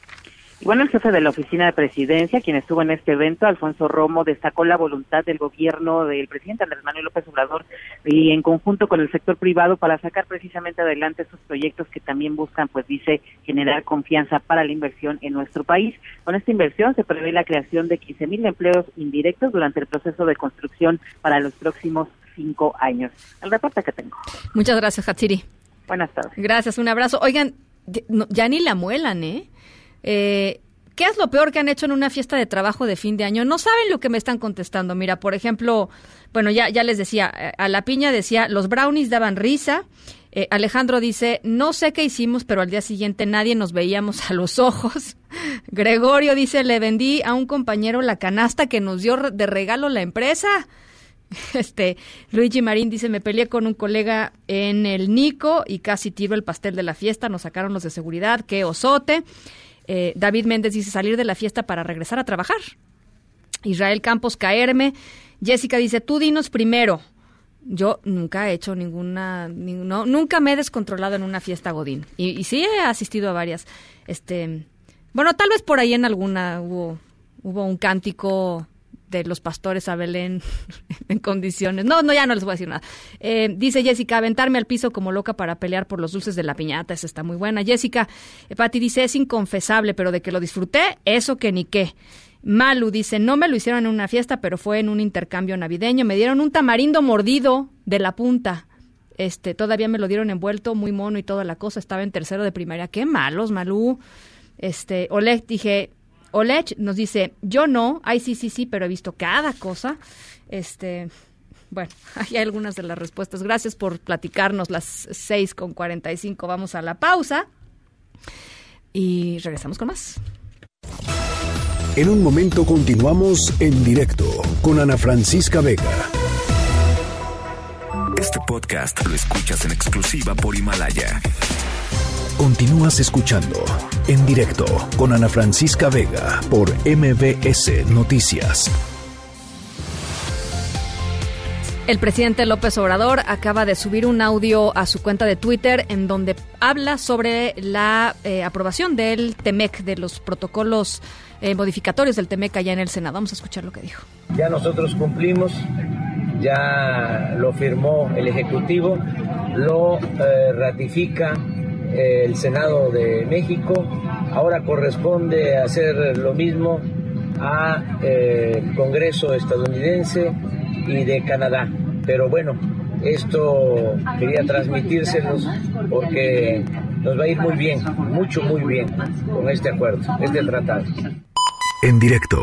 Y bueno, el jefe de la Oficina de Presidencia, quien estuvo en este evento, Alfonso Romo, destacó la voluntad del gobierno del presidente Andrés Manuel López Obrador y en conjunto con el sector privado para sacar precisamente adelante esos proyectos que también buscan, pues dice, generar confianza para la inversión en nuestro país. Con esta inversión se prevé la creación de quince mil empleos indirectos durante el proceso de construcción para los próximos cinco años. El reporte que tengo. Muchas gracias, Hatsiri. Buenas tardes. Gracias, un abrazo. Oigan, ya ni la muelan, ¿eh? Eh, ¿Qué es lo peor que han hecho en una fiesta de trabajo de fin de año? No saben lo que me están contestando. Mira, por ejemplo, bueno, ya, ya les decía, a la piña decía, los brownies daban risa. Eh, Alejandro dice, no sé qué hicimos, pero al día siguiente nadie nos veíamos a los ojos. Gregorio dice, le vendí a un compañero la canasta que nos dio de regalo la empresa. Este, Luigi Marín dice, me peleé con un colega en el Nico y casi tiro el pastel de la fiesta, nos sacaron los de seguridad, qué osote. Eh, David Méndez dice, salir de la fiesta para regresar a trabajar. Israel Campos, caerme. Jessica dice, tú dinos primero. Yo nunca he hecho ninguna, ni, no, nunca me he descontrolado en una fiesta godín. Y, y sí he asistido a varias. Este, Bueno, tal vez por ahí en alguna hubo, hubo un cántico de los pastores a Belén en condiciones. No, no, ya no les voy a decir nada. Eh, dice Jessica, aventarme al piso como loca para pelear por los dulces de la piñata. Esa está muy buena. Jessica, eh, Pati dice, es inconfesable, pero de que lo disfruté, eso que ni qué. Malu dice, no me lo hicieron en una fiesta, pero fue en un intercambio navideño. Me dieron un tamarindo mordido de la punta. Este, todavía me lo dieron envuelto, muy mono y toda la cosa. Estaba en tercero de primaria. Qué malos, Malu. Este, Oleg, dije... Oleg nos dice, yo no, ay sí, sí, sí, pero he visto cada cosa. Este, bueno, hay algunas de las respuestas. Gracias por platicarnos, las seis con cuarenta y cinco. Vamos a la pausa y regresamos con más. En un momento continuamos en directo con Ana Francisca Vega. Este podcast lo escuchas en exclusiva por Himalaya. Continúas escuchando En Directo con Ana Francisca Vega por M B S Noticias. El presidente López Obrador acaba de subir un audio a su cuenta de Twitter en donde habla sobre la eh, aprobación del TEMEC, de los protocolos eh, modificatorios del TEMEC allá en el Senado. Vamos a escuchar lo que dijo. Ya nosotros cumplimos, ya lo firmó el Ejecutivo, lo eh, ratifica el Senado de México. Ahora corresponde hacer lo mismo a eh, el Congreso estadounidense y de Canadá. Pero bueno, esto quería transmitírselos porque nos va a ir muy bien, mucho, muy bien con este acuerdo, este tratado. En Directo.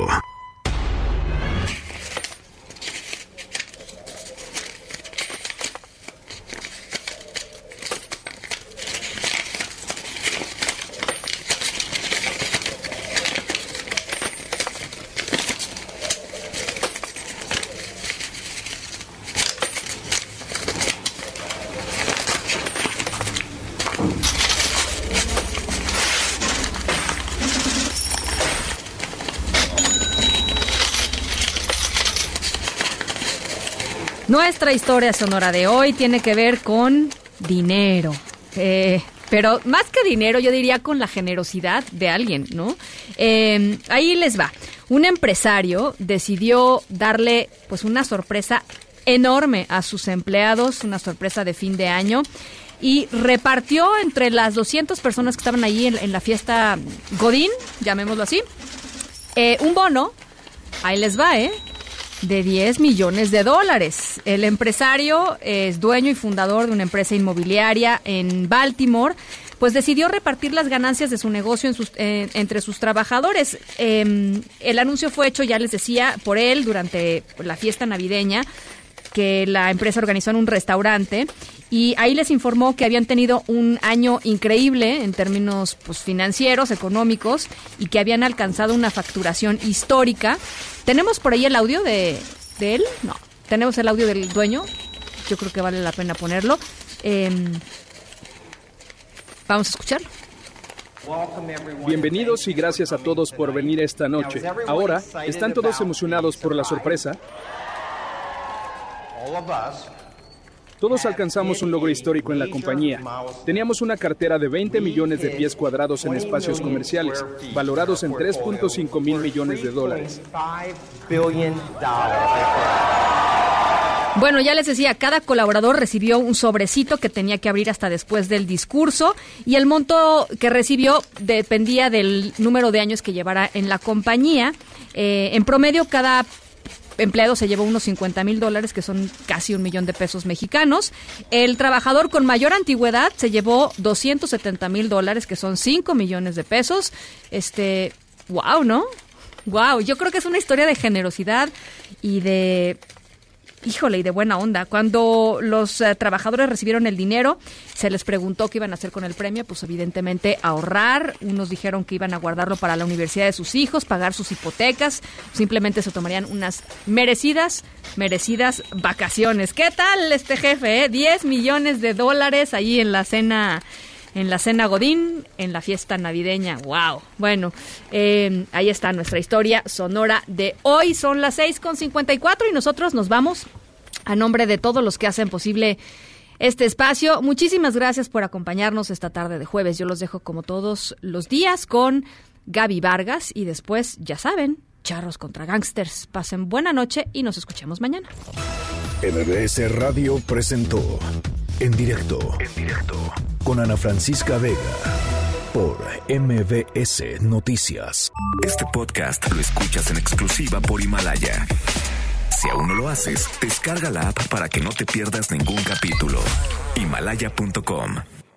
Nuestra historia sonora de hoy tiene que ver con dinero, eh, pero más que dinero yo diría con la generosidad de alguien, ¿no? Eh, ahí les va. Un empresario decidió darle pues una sorpresa enorme a sus empleados, una sorpresa de fin de año, y repartió entre las doscientas personas que estaban allí en, en la fiesta Godín, llamémoslo así, eh, un bono, ahí les va, ¿eh? de diez millones de dólares. El empresario es dueño y fundador de una empresa inmobiliaria en Baltimore, pues decidió repartir las ganancias de su negocio en sus, eh, entre sus trabajadores. Eh, el anuncio fue hecho, ya les decía, por él durante la fiesta navideña que la empresa organizó en un restaurante, y ahí les informó que habían tenido un año increíble en términos pues, financieros, económicos, y que habían alcanzado una facturación histórica. ¿Tenemos por ahí el audio de, de él? No. ¿Tenemos el audio del dueño? Yo creo que vale la pena ponerlo. Eh, vamos a escucharlo. Bienvenidos y gracias a todos por venir esta noche. Ahora, ¿están todos emocionados por la sorpresa? Todos alcanzamos un logro histórico en la compañía. Teníamos una cartera de veinte millones de pies cuadrados en espacios comerciales, valorados en tres punto cinco mil millones de dólares. Bueno, ya les decía, cada colaborador recibió un sobrecito que tenía que abrir hasta después del discurso, y el monto que recibió dependía del número de años que llevara en la compañía. Eh, en promedio, cada empleado se llevó unos cincuenta mil dólares, que son casi un millón de pesos mexicanos. El trabajador con mayor antigüedad se llevó doscientos setenta mil dólares, que son cinco millones de pesos. Este, wow, ¿no? Wow, yo creo que es una historia de generosidad y de... Híjole, y de buena onda. Cuando los uh, trabajadores recibieron el dinero, se les preguntó qué iban a hacer con el premio. Pues evidentemente ahorrar. Unos dijeron que iban a guardarlo para la universidad de sus hijos, pagar sus hipotecas. Simplemente se tomarían unas merecidas, merecidas vacaciones. ¿Qué tal este jefe? Eh? diez millones de dólares ahí en la cena... En la cena Godín, en la fiesta navideña. ¡Wow! Bueno, eh, ahí está nuestra historia sonora de hoy. Son las seis con cincuenta y cuatro y nosotros nos vamos a nombre de todos los que hacen posible este espacio. Muchísimas gracias por acompañarnos esta tarde de jueves. Yo los dejo como todos los días con Gaby Vargas y después, ya saben, charros contra gangsters. Pasen buena noche y nos escuchemos mañana. M B S Radio presentó En Directo, en directo con Ana Francisca Vega por M B S Noticias. Este podcast lo escuchas en exclusiva por Himalaya. Si aún no lo haces, descarga la app para que no te pierdas ningún capítulo. Himalaya punto com